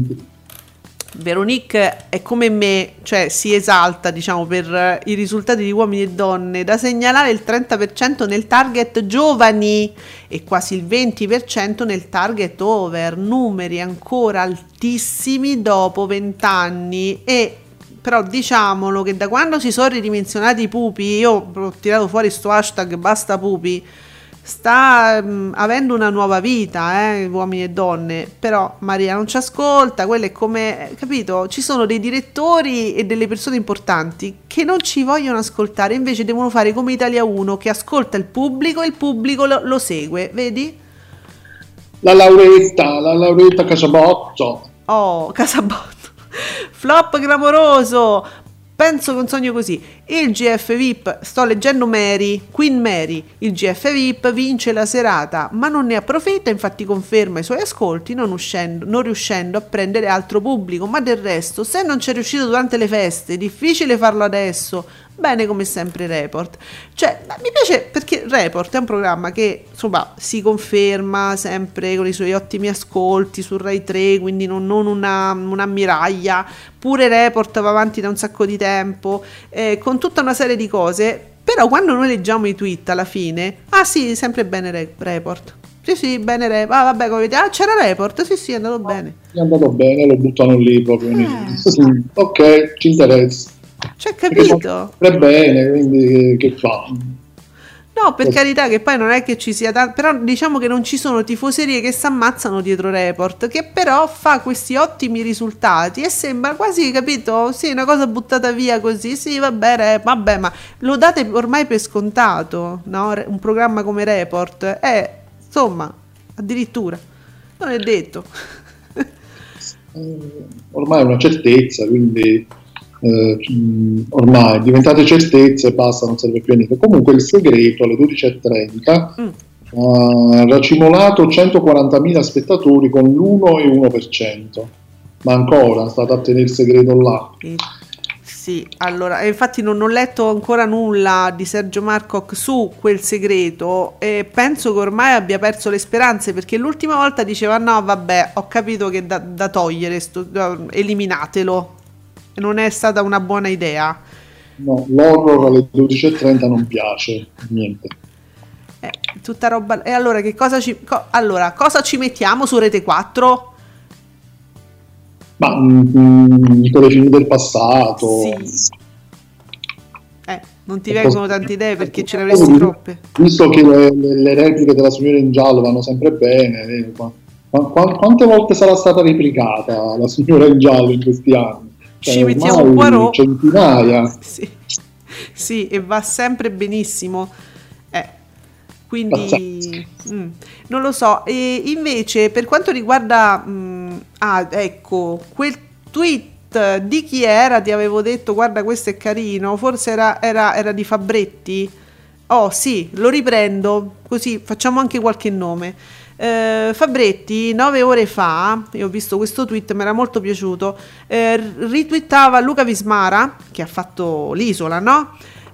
F: Veronique è come me, cioè si esalta, diciamo, per i risultati di Uomini e Donne. Da segnalare il trenta per cento nel target giovani e quasi il venti per cento nel target over, numeri ancora altissimi dopo vent'anni. E però diciamolo che da quando si sono ridimensionati i pupi, io ho tirato fuori sto hashtag basta pupi, sta mh, avendo una nuova vita, eh, Uomini e Donne. Però Maria non ci ascolta, quello è come, capito, ci sono dei direttori e delle persone importanti che non ci vogliono ascoltare, invece devono fare come Italia uno, che ascolta il pubblico e il pubblico lo, lo segue, vedi?
G: La Lauretta, la Lauretta Casabotto.
F: Oh, Casabotto. Flop clamoroso, penso che un sogno così. Il G F V I P, sto leggendo Mary, Queen Mary, il G F V I P vince la serata ma non ne approfitta, infatti conferma i suoi ascolti non, uscendo, non riuscendo a prendere altro pubblico, ma del resto se non c'è riuscito durante le feste, difficile farlo adesso. Bene come sempre Report, cioè mi piace perché Report è un programma che insomma si conferma sempre con i suoi ottimi ascolti su Rai tre, quindi non, non una, un'ammiraglia. Pure Report va avanti da un sacco di tempo, eh, con tutta una serie di cose, però quando noi leggiamo i tweet alla fine, ah sì, sempre bene Re- Report, sì sì, bene Report, ah vabbè, come vedete, ah c'era Report, sì sì, è andato oh, bene,
G: è andato bene, lo buttano lì proprio, eh. Sì, ok, ci interessa.
F: C'è capito?
G: Va bene, quindi che fa?
F: No, per carità, che poi non è che ci sia tanto, però diciamo che non ci sono tifoserie che si ammazzano dietro Report, che però fa questi ottimi risultati e sembra quasi, capito? Sì, una cosa buttata via così, sì, vabbè, re, vabbè, ma lo date ormai per scontato, no? Un programma come Report è, insomma, addirittura, non è detto.
G: Ormai è una certezza, quindi eh, ormai diventate certezze, basta, non serve più a niente. Comunque il segreto alle dodici e trenta mm. ha racimolato centoquarantamila spettatori con l'uno e uno per cento, ma ancora state a tenere il segreto là.
F: Mm. Sì, allora, infatti non ho letto ancora nulla di Sergio Marcoc su quel segreto e penso che ormai abbia perso le speranze, perché l'ultima volta diceva no vabbè, ho capito che da, da togliere, sto, eliminatelo, non è stata una buona idea.
G: No, l'horror alle dodici e trenta non piace, niente.
F: Eh, tutta roba, e allora che cosa ci, co, allora, cosa ci mettiamo su Rete quattro?
G: Ma mm, i telefilm del passato.
F: Sì. Eh, non ti vengono tante idee perché ce ne avresti troppe.
G: Visto che le, le, le repliche della Signora in Giallo vanno sempre bene, eh, qu- qu- quante volte sarà stata replicata la Signora in Giallo in questi anni? Cioè,
F: ci mettiamo un Poirot.
G: Centinaia.
F: Sì. Sì, e va sempre benissimo. Eh, quindi mm, non lo so. E invece per quanto riguarda mh, ah ecco quel tweet di chi era, ti avevo detto guarda questo è carino, forse era, era, era di Fabretti. Oh sì, lo riprendo così facciamo anche qualche nome. eh, Fabretti nove ore fa, io ho visto questo tweet, mi era molto piaciuto, eh, ritwittava Luca Vismara che ha fatto l'Isola, no?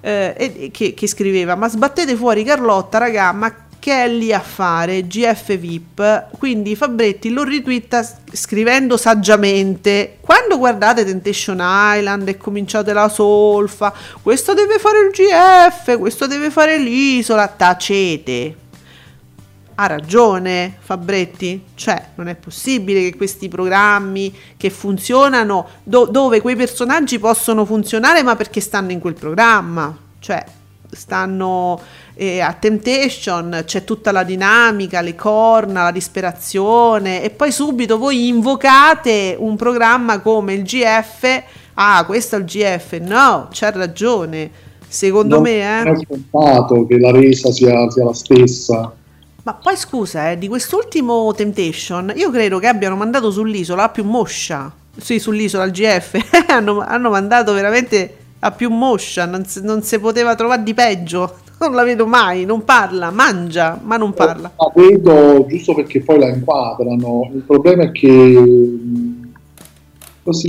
F: eh, e, che, che scriveva: ma sbattete fuori Carlotta, raga, ma che è lì a fare? G F V I P. Quindi Fabretti lo ritwitta scrivendo saggiamente: quando guardate Temptation Island e cominciate la solfa, questo deve fare il G F, questo deve fare l'isola, tacete. Ha ragione Fabretti, cioè non è possibile che questi programmi che funzionano do- dove quei personaggi possono funzionare ma perché stanno in quel programma, cioè stanno eh, a Temptation, c'è tutta la dinamica, le corna, la disperazione, e poi subito voi invocate un programma come il G F. Ah, questo è il G F. No, c'ha ragione, secondo
G: non
F: me eh.
G: è scontato che la resa sia, sia la stessa.
F: Ma poi scusa, eh, di quest'ultimo Temptation io credo che abbiano mandato sull'isola a più moscia. Sì, sull'isola al G F hanno, hanno mandato veramente a più moscia, non si, non si poteva trovare di peggio. Non la vedo mai, non parla, mangia, ma non parla.
G: La vedo giusto perché poi la inquadrano. Il problema è che così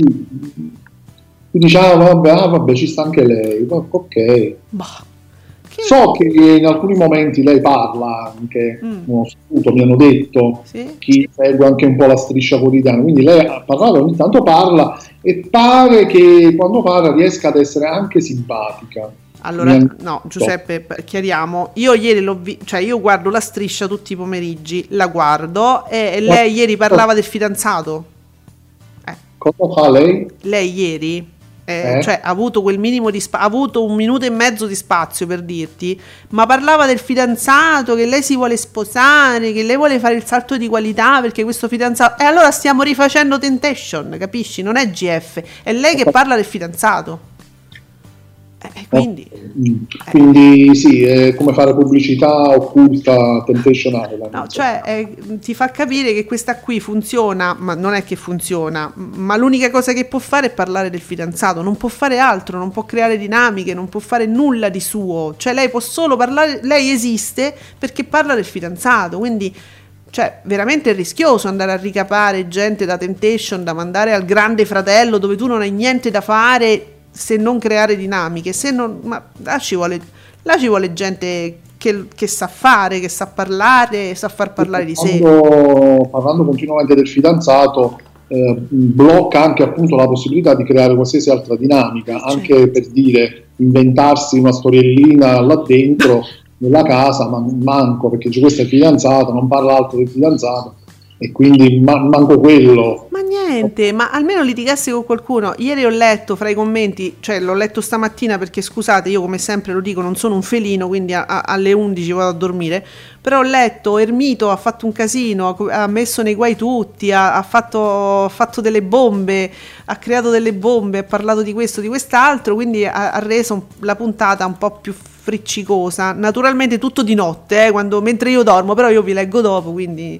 G: tu dici, ah vabbè, ah, vabbè, ci sta anche lei, ok.
F: Bah.
G: So che in alcuni momenti lei parla anche, mm. uno sputo, mi hanno detto, sì? Chi segue anche un po' la striscia quotidiana, quindi lei ha parlato, ogni tanto parla e pare che quando parla riesca ad essere anche simpatica.
F: Allora, hanno... no, Giuseppe, chiariamo, io ieri l'ho vi- cioè io guardo la striscia tutti i pomeriggi, la guardo e, e lei oh. ieri parlava del fidanzato.
G: Eh. Cosa fa lei?
F: Lei ieri... Eh, eh. Cioè ha avuto quel minimo di spa- ha avuto un minuto e mezzo di spazio per dirti, ma parlava del fidanzato, che lei si vuole sposare, che lei vuole fare il salto di qualità perché questo fidanzato, e allora stiamo rifacendo Temptation, capisci? Non è G F, è lei che parla del fidanzato. Eh, quindi,
G: quindi eh. sì, è come fare pubblicità occulta Temptation Island.
F: No, cioè eh, ti fa capire che questa qui funziona, ma non è che funziona, ma l'unica cosa che può fare è parlare del fidanzato, non può fare altro, non può creare dinamiche, non può fare nulla di suo, cioè lei può solo parlare, lei esiste perché parla del fidanzato, quindi cioè veramente è rischioso andare a ricapare gente da Temptation, da mandare al Grande Fratello dove tu non hai niente da fare se non creare dinamiche, se non, ma là ci vuole, là ci vuole gente che, che sa fare, che sa parlare, sa far parlare di sé.
G: Parlando continuamente del fidanzato, eh, blocca anche appunto la possibilità di creare qualsiasi altra dinamica, certo. Anche per dire, inventarsi una storiellina là dentro nella casa, ma manco, perché c'è questo è il fidanzato, non parla altro del fidanzato. E quindi man- manco quello.
F: Ma niente, ma almeno litigassi con qualcuno. Ieri ho letto fra i commenti, cioè l'ho letto stamattina perché scusate, io come sempre lo dico, non sono un felino, quindi a- a- alle undici vado a dormire, però ho letto Ermito ha fatto un casino, ha messo nei guai tutti, ha, ha, fatto, ha fatto delle bombe, ha creato delle bombe, ha parlato di questo, di quest'altro, quindi ha, ha reso un, la puntata un po' più friccicosa. Naturalmente tutto di notte, eh, quando, mentre io dormo, però io vi leggo dopo, quindi...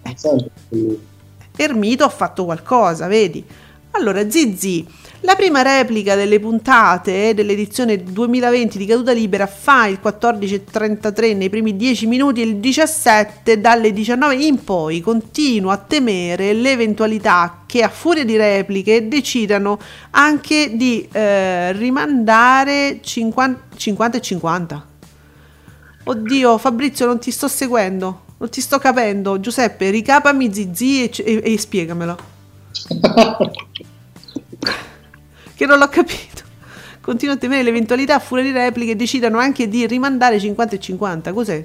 F: Ermito ha fatto qualcosa, vedi? Allora, Zizi, la prima replica delle puntate dell'edizione duemilaventi di Caduta Libera fa il quattordici e trentatré nei primi dieci minuti e il diciassette dalle diciannove in poi. Continuo a temere l'eventualità che a furia di repliche decidano anche di eh, rimandare cinquanta, cinquanta e cinquanta. Oddio, Fabrizio, non ti sto seguendo. Non ti sto capendo, Giuseppe, ricapami Zizi e, e, e spiegamelo. Che non l'ho capito. Continuo a temere l'eventualità a furia di repliche decidano anche di rimandare cinquanta e cinquanta. Cos'è?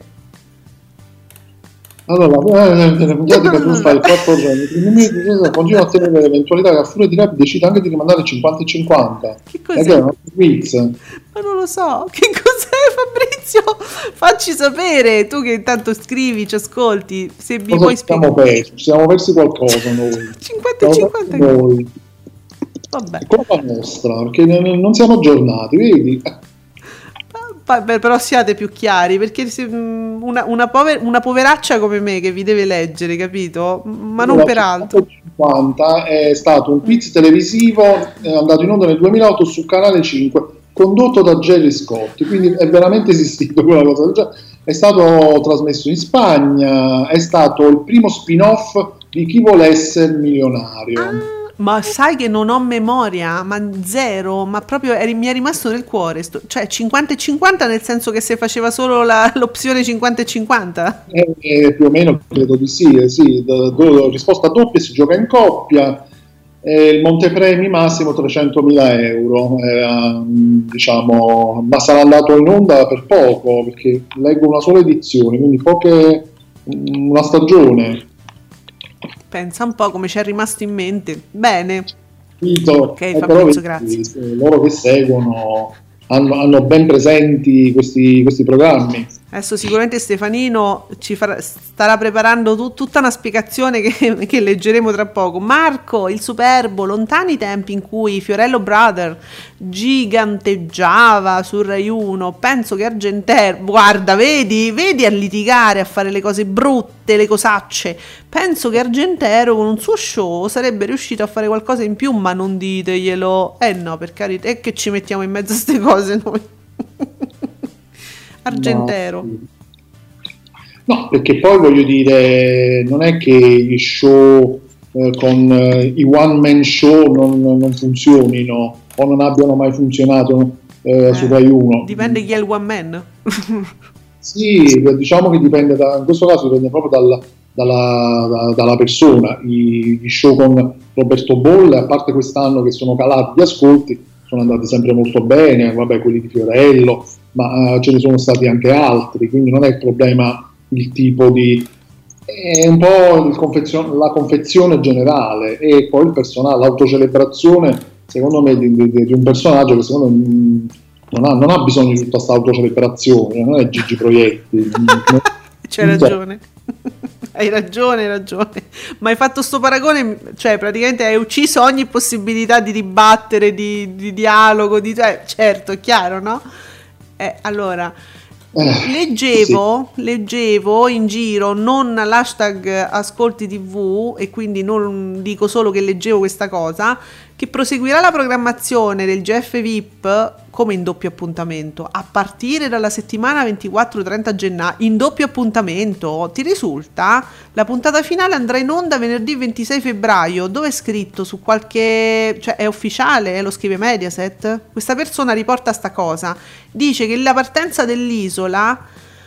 G: Allora, nella puntata che tu fai quattro giorni, continuo a temere l'eventualità che a furia di repliche decida anche di rimandare cinquanta e cinquanta.
F: Che cos'è?
G: È un quiz.
F: Ma non lo so. Che cos'è, Fabrizio? Facci sapere, tu che intanto scrivi, ci ascolti, se mi puoi spiegare.
G: Siamo persi, ci siamo persi qualcosa noi.
F: cinquanta e cinquanta
G: noi.
F: Vabbè.
G: È colpa nostra, perché non siamo aggiornati, vedi?
F: Però siate più chiari, perché una, una, pover, una poveraccia come me che vi deve leggere, capito? Ma non per altro.
G: cinquanta è stato un quiz televisivo è andato in onda nel duemilaotto su Canale cinque, condotto da Gerry Scott, quindi è veramente esistito quella cosa. È stato trasmesso in Spagna, è stato il primo spin-off di Chi vuole essere milionario.
F: Ah, Ma sai che non ho memoria, ma zero, ma proprio eri- mi è rimasto nel cuore, sto- cioè cinquanta e cinquanta nel senso che se faceva solo la- l'opzione cinquanta e cinquanta?
G: Eh, eh, più o meno credo di sì, eh, sì. Do- do- risposta doppia, si gioca in coppia, eh, il montepremi massimo trecentomila euro, eh, diciamo, ma sarà andato in onda per poco, perché leggo una sola edizione, quindi poche, una stagione.
F: Pensa un po' come ci è rimasto in mente. Bene.
G: Capito?
F: Ok,
G: Eh,
F: Fabrizio,
G: però,
F: grazie.
G: eh, loro che seguono hanno, hanno ben presenti questi, questi programmi.
F: Adesso sicuramente Stefanino ci farà, starà preparando tu- tutta una spiegazione che, che leggeremo tra poco. Marco, il Superbo, lontani i tempi in cui Fiorello Brother giganteggiava su Rai uno, penso che Argentero, guarda, vedi, vedi a litigare, a fare le cose brutte, le cosacce, penso che Argentero con un suo show sarebbe riuscito a fare qualcosa in più, ma non diteglielo. Eh no, per carità, è che ci mettiamo in mezzo a ste cose noi. Argentero.
G: No, no, perché poi voglio dire, non è che gli show eh, con eh, i one man show non, non funzionino o non abbiano mai funzionato eh,
F: Eh,
G: su Rai uno.
F: Dipende chi è il one man.
G: Sì, diciamo che dipende da, in questo caso dipende proprio dal- dalla, da- dalla persona. I, gli show con Roberto Bolle, a parte quest'anno che sono calati gli ascolti, sono andati sempre molto bene, vabbè, quelli di Fiorello, ma uh, ce ne sono stati anche altri, quindi non è il problema il tipo di... è un po' il confezio- la confezione generale e poi il personale, l'autocelebrazione, secondo me, di, di- di un personaggio che secondo me mh, non ha, non ha bisogno di tutta questa autocelebrazione, non è Gigi Proietti.
F: C'hai ragione. Hai ragione, hai ragione. Ma hai fatto sto paragone, cioè praticamente hai ucciso ogni possibilità di dibattere, di, di dialogo, di, cioè, certo, è chiaro, no? Eh, allora,
G: Eh,
F: leggevo, leggevo in giro, non l'hashtag Ascolti tivù, e quindi non dico solo che leggevo questa cosa, che proseguirà la programmazione del G F V I P come in doppio appuntamento a partire dalla settimana ventiquattro trenta gennaio. In doppio appuntamento, ti risulta? La puntata finale andrà in onda venerdì ventisei febbraio. Dove è scritto? Su qualche... cioè è ufficiale? Lo scrive Mediaset? Questa persona riporta sta cosa, dice che la partenza dell'isola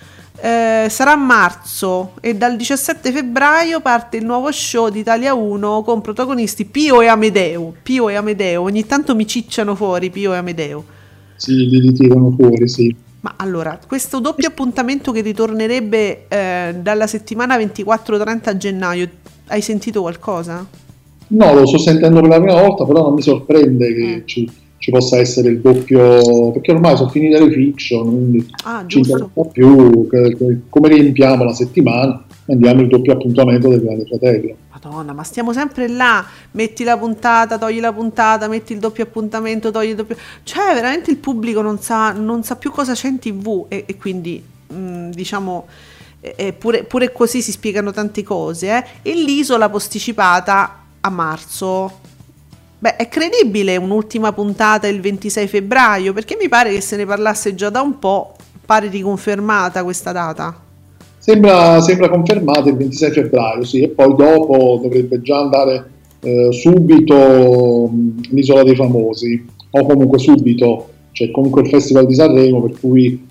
F: eh, sarà a marzo e dal diciassette febbraio parte il nuovo show di Italia uno con protagonisti Pio e Amedeo. Pio e Amedeo, ogni tanto mi cicciano fuori Pio e Amedeo.
G: sì, li ritirano fuori, sì.
F: Ma allora, questo doppio appuntamento che ritornerebbe eh, dalla settimana ventiquattro trenta gennaio, hai sentito qualcosa?
G: No, lo sto sentendo per la prima volta, però non mi sorprende che
F: Mm.
G: ci, ci possa essere il doppio, perché ormai sono finite le fiction, quindi
F: Ah,
G: ci
F: giusto.
G: interessa più che- che- come riempiamo la settimana, andiamo il doppio appuntamento del Grande Fratello.
F: Madonna, ma stiamo sempre là, metti la puntata, togli la puntata, metti il doppio appuntamento, togli il doppio... Cioè, veramente il pubblico non sa, non sa più cosa c'è in tivù e, e quindi, mh, diciamo, eh, eh, pure, pure così si spiegano tante cose, eh. E l'isola posticipata a marzo. Beh, è credibile un'ultima puntata il ventisei febbraio? Perché mi pare che se ne parlasse già da un po', pare riconfermata questa data.
G: Sembra, sembra confermato il ventisei febbraio, sì, e poi dopo dovrebbe già andare eh, subito mh, l'Isola dei Famosi, o comunque subito, c'è comunque il Festival di Sanremo, per cui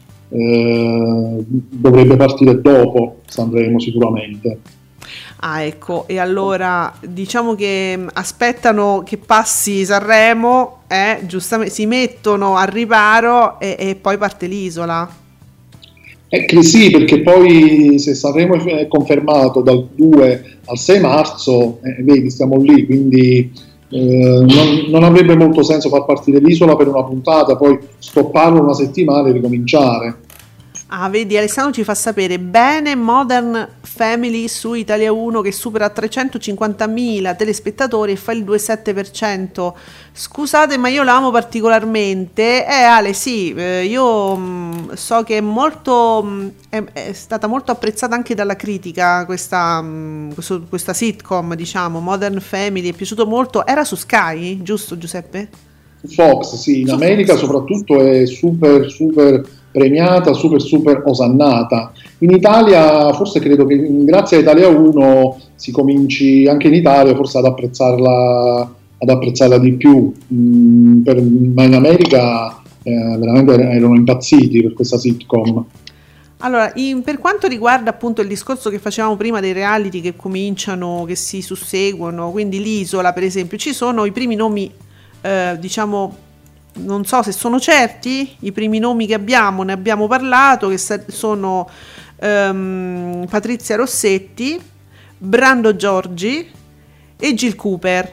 G: eh, dovrebbe partire dopo Sanremo sicuramente.
F: Ah, ecco, e allora diciamo che mh, aspettano che passi Sanremo, eh, giustamente si mettono al riparo e, e poi parte l'isola.
G: Eh, che sì, perché poi se Sanremo è confermato dal due al sei marzo, eh, vedi, stiamo lì, quindi eh, non, non avrebbe molto senso far partire l'isola per una puntata, poi stopparlo una settimana e ricominciare.
F: Ah, vedi, Alessandro ci fa sapere bene Modern Family su Italia uno che supera trecentocinquantamila telespettatori e fa il due virgola sette per cento. Scusate, ma io la amo particolarmente. Eh, Ale, sì, eh, io mh, so che è molto mh, è, è stata molto apprezzata anche dalla critica questa, mh, questo- questa sitcom, diciamo, Modern Family, è piaciuto molto. Era su Sky, giusto Giuseppe?
G: Fox, sì, in America soprattutto è super super premiata, super super osannata. In Italia forse credo che grazie a Italia uno si cominci anche in Italia forse ad apprezzarla ad apprezzarla di più, mm, per, ma in America eh, veramente erano impazziti per questa sitcom.
F: Allora, in, per quanto riguarda appunto il discorso che facevamo prima dei reality che cominciano, che si susseguono, quindi l'Isola per esempio, ci sono i primi nomi, eh, diciamo, non so se sono certi, i primi nomi che abbiamo, ne abbiamo parlato, che sa- sono um, Patrizia Rossetti, Brando Giorgi e Jill Cooper.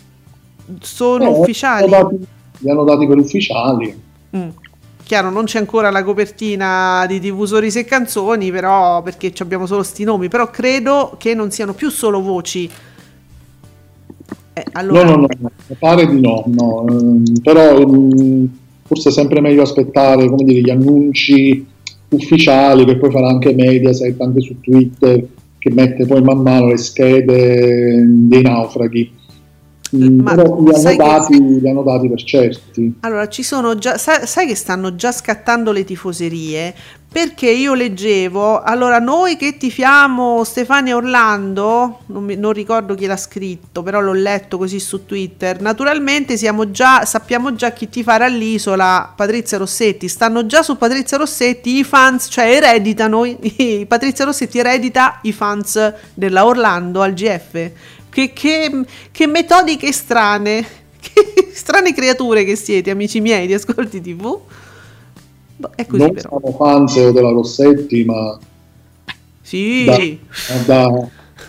F: Sono
G: eh,
F: ufficiali?
G: Li hanno dati, li hanno dati per ufficiali.
F: Mm. Chiaro, non c'è ancora la copertina di T V Sorrisi e Canzoni, però perché abbiamo solo sti nomi, però credo che non siano più solo voci. Eh, allora...
G: No, no, no, pare di no, no. Um, però um, forse è sempre meglio aspettare, come dire, gli annunci ufficiali che poi farà anche Mediaset, anche su Twitter, che mette poi man mano le schede dei naufraghi. Mm,
F: Ma
G: però li hanno, dati,
F: che...
G: li hanno dati per certi.
F: Allora, ci sono già, sai, sai che stanno già scattando le tifoserie, perché io leggevo, allora noi che tifiamo Stefania Orlando, non, mi, non ricordo chi l'ha scritto, però l'ho letto così su Twitter, naturalmente siamo già, sappiamo già chi tifare all'Isola, Patrizia Rossetti, stanno già su Patrizia Rossetti i fans, cioè ereditano, i, Patrizia Rossetti eredita i fans della Orlando al G F. Che, che, che metodiche strane, che strane creature che siete, amici miei di Ascolti tivù. È così,
G: non
F: però.
G: siamo fans della Rossetti, ma
F: sì,
G: da, da,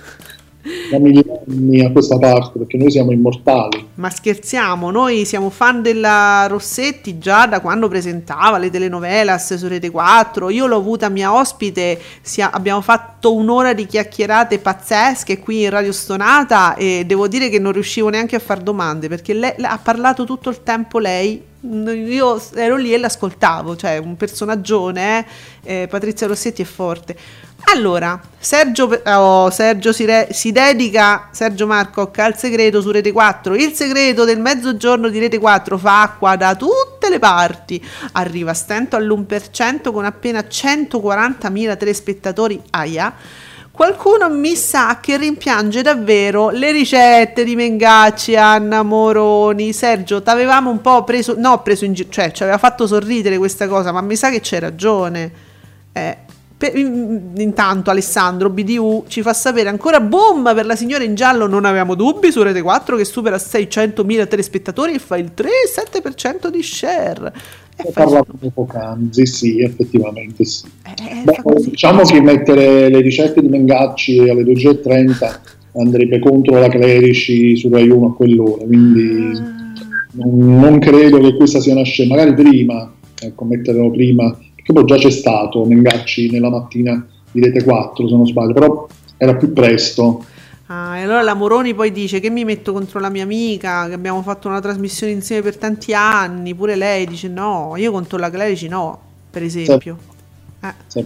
G: da millenni a questa parte, perché noi siamo immortali.
F: Ma scherziamo, noi siamo fan della Rossetti già da quando presentava le telenovelas su Rete quattro. Io l'ho avuta mia ospite, sia, abbiamo fatto un'ora di chiacchierate pazzesche qui in Radio Stonata e devo dire che non riuscivo neanche a far domande, perché lei, lei ha parlato tutto il tempo lei. Io ero lì e l'ascoltavo, cioè un personaggione, eh? Eh, Patrizia Rossetti è forte. Allora, Sergio, oh, Sergio si, re, si dedica, Sergio Marcoc, al segreto su Rete quattro. Il segreto del mezzogiorno di Rete quattro fa acqua da tutte le parti. Arriva a stento all'uno per cento con appena centoquarantamila telespettatori. Aia. Qualcuno mi sa che rimpiange davvero le ricette di Mengacci, Anna Moroni. Sergio, t'avevamo un po' preso, no, preso in giro, cioè ci aveva fatto sorridere questa cosa, ma mi sa che c'hai ragione. Eh, per, intanto Alessandro B D U ci fa sapere ancora boom per la signora in giallo, non avevamo dubbi, su Rete quattro che supera seicentomila telespettatori e fa il tre virgola sette per cento di share.
G: Ho parlato poco poc'anzi, sì, effettivamente sì.
F: Eh,
G: Beh, diciamo che mettere le ricette di Mengacci alle dodici e trenta andrebbe contro la Clerici su Rai uno a quell'ora, quindi ah. non, non credo che questa sia una scena, magari prima, ecco, metterlo prima, perché poi già c'è stato Mengacci nella mattina di Rete quattro, se non sbaglio, però era più presto.
F: Ah, e allora la Moroni poi dice che mi metto contro la mia amica, che abbiamo fatto una trasmissione insieme per tanti anni, pure lei dice no, io contro la Clerici no, per esempio. Sì. Eh. Sì.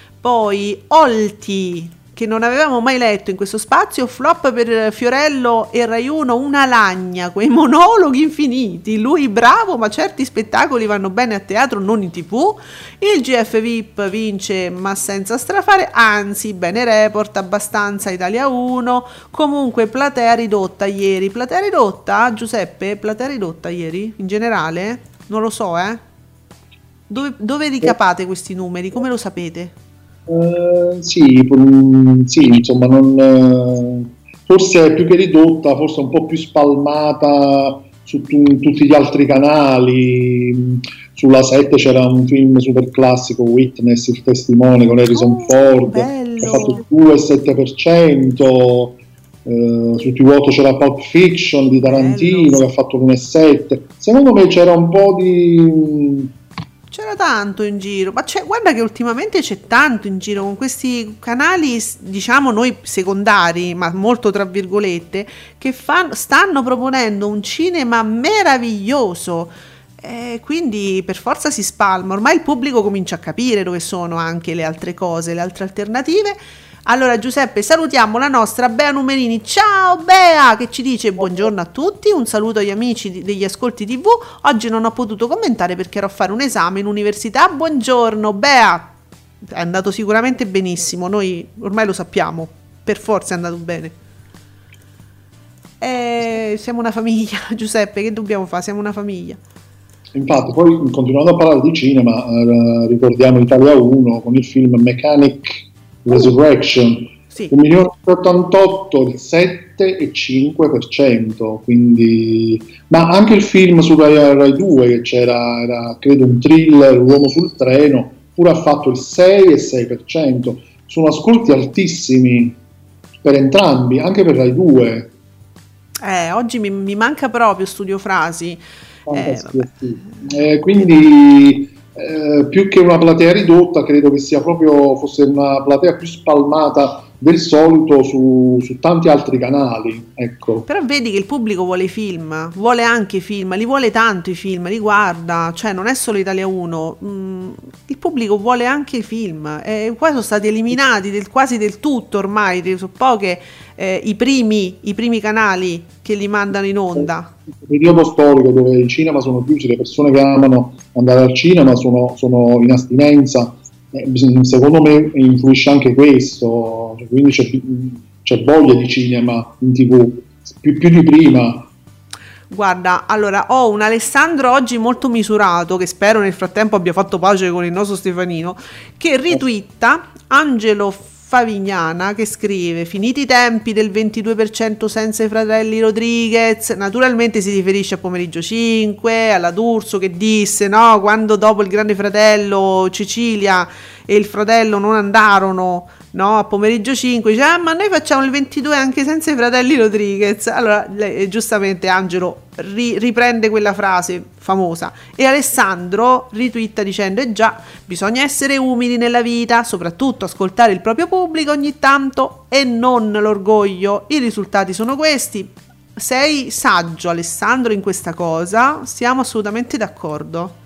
F: Poi Olti, che non avevamo mai letto in questo spazio, flop per Fiorello e Rai uno, una lagna, quei monologhi infiniti, lui bravo ma certi spettacoli vanno bene a teatro, non in tv. Il G F V I P vince ma senza strafare, anzi bene report, abbastanza Italia uno, comunque platea ridotta ieri. Platea ridotta, Giuseppe? Platea ridotta ieri? In generale? Non lo so, eh? Dove, dove ricapate questi numeri? Come lo sapete?
G: Uh, sì, sì, insomma, non, forse più che ridotta, forse un po' più spalmata su tu, tutti gli altri canali. Sulla sette c'era un film super classico, Witness, il testimone, con Harrison oh, Ford, bello. Che ha fatto il due virgola sette per cento. Uh, su T V otto c'era Pulp Fiction di Tarantino, bello. Che ha fatto l'uno virgola sette. Secondo me c'era un po' di...
F: C'era tanto in giro, ma c'è, guarda che ultimamente c'è tanto in giro con questi canali, diciamo noi secondari, ma molto tra virgolette, che fanno, stanno proponendo un cinema meraviglioso, eh, quindi per forza si spalma, ormai il pubblico comincia a capire dove sono anche le altre cose, le altre alternative. Allora Giuseppe, salutiamo la nostra Bea Numerini. Ciao Bea, che ci dice buongiorno a tutti, un saluto agli amici di, degli Ascolti tivù. Oggi non ho potuto commentare perché ero a fare un esame in università. Buongiorno Bea, è andato sicuramente benissimo, noi ormai lo sappiamo, per forza è andato bene. Eh, siamo una famiglia, Giuseppe, che dobbiamo fare? Siamo una famiglia.
G: Infatti, poi continuando a parlare di cinema, eh, ricordiamo Italia uno con il film Mechanic Resurrection,
F: sì.
G: un milione e ottantotto, il sette virgola cinque per cento, quindi... ma anche il film su Rai, Rai due, che c'era, era credo un thriller, L'uomo sul treno, pure ha fatto il sei virgola sei per cento, sono ascolti altissimi per entrambi, anche per Rai due.
F: Eh, oggi mi, mi manca proprio Studio Frasi. Eh,
G: eh, quindi eh, più che una platea ridotta, credo che sia proprio fosse una platea più spalmata del solito su, su tanti altri canali, ecco.
F: Però vedi che il pubblico vuole i film, vuole anche i film, li vuole tanto i film, li guarda, cioè non è solo Italia uno, mm, il pubblico vuole anche i film, e qua sono stati eliminati del, quasi del tutto ormai, sono poche eh, i primi i primi canali che li mandano in onda.
G: Un periodo storico dove i cinema sono chiusi, le persone che amano andare al cinema sono, sono in astinenza, eh, secondo me influisce anche questo, cioè, quindi c'è, c'è voglia di cinema in tv più, più di prima.
F: Guarda, allora ho un Alessandro oggi molto misurato, che spero nel frattempo abbia fatto pace con il nostro Stefanino, che ritwitta Angelo Favignana, che scrive: finiti i tempi del ventidue per cento senza i fratelli Rodriguez. Naturalmente si riferisce a Pomeriggio cinque, alla D'Urso che disse, no, quando dopo il Grande Fratello Cecilia e il fratello non andarono, no, a Pomeriggio cinque, dice, ah, ma noi facciamo il ventidue anche senza i fratelli Rodriguez. Allora lei, giustamente Angelo ri, riprende quella frase famosa e Alessandro ritwitta dicendo, eh già, bisogna essere umili nella vita, soprattutto ascoltare il proprio pubblico ogni tanto e non l'orgoglio. I risultati sono questi. Sei saggio, Alessandro, in questa cosa, siamo assolutamente d'accordo.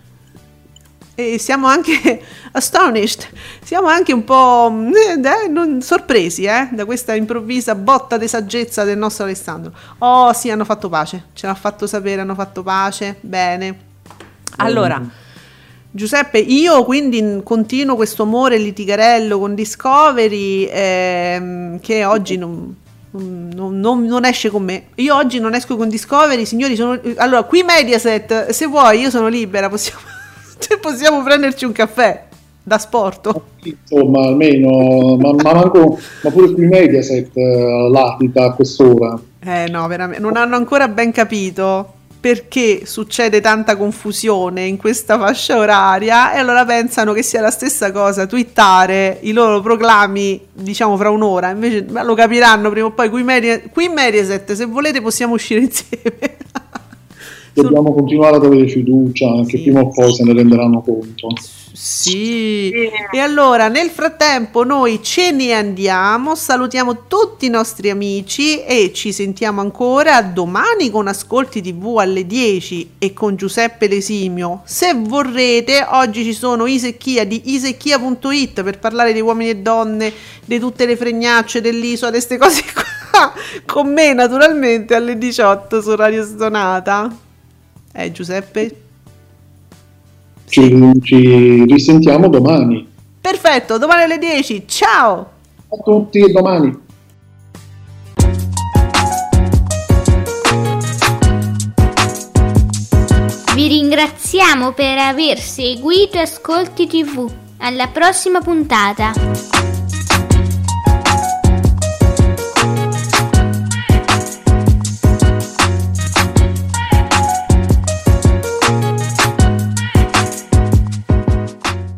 F: E siamo anche astonished, siamo anche un po' eh, non, sorpresi eh, da questa improvvisa botta di saggezza del nostro Alessandro. Oh sì, hanno fatto pace, ce l'ha fatto sapere, hanno fatto pace, bene. Allora, Giuseppe, io quindi continuo questo amore litigarello con Discovery ehm, che oggi non... Non, non, non esce con me. Io oggi non esco con Discovery, signori. Sono, allora, qui Mediaset, se vuoi, io sono libera, possiamo... possiamo prenderci un caffè da sport.
G: Insomma, almeno, ma, ma, manco, ma pure qui Mediaset uh, latita a quest'ora.
F: Eh no, veramente, non hanno ancora ben capito perché succede tanta confusione in questa fascia oraria e allora pensano che sia la stessa cosa twittare i loro proclami, diciamo, fra un'ora. Invece lo capiranno prima o poi. Qui, Media, qui Mediaset, se volete possiamo uscire insieme.
G: Dobbiamo continuare ad avere fiducia, che sì, prima o poi se ne renderanno conto.
F: Sì. E allora nel frattempo noi ce ne andiamo, salutiamo tutti i nostri amici e ci sentiamo ancora domani con Ascolti tivù alle dieci e con Giuseppe Lesimio. Se vorrete, oggi ci sono Isecchia di isecchia punto it per parlare di uomini e donne, di tutte le fregnacce dell'isola, di queste cose qua, con me naturalmente alle diciotto su Radio Stonata. Eh Giuseppe?
G: Ci, ci risentiamo domani.
F: Perfetto, domani alle dieci. Ciao
G: a tutti e domani.
E: Vi ringraziamo per aver seguito Ascolti tivù. Alla prossima puntata.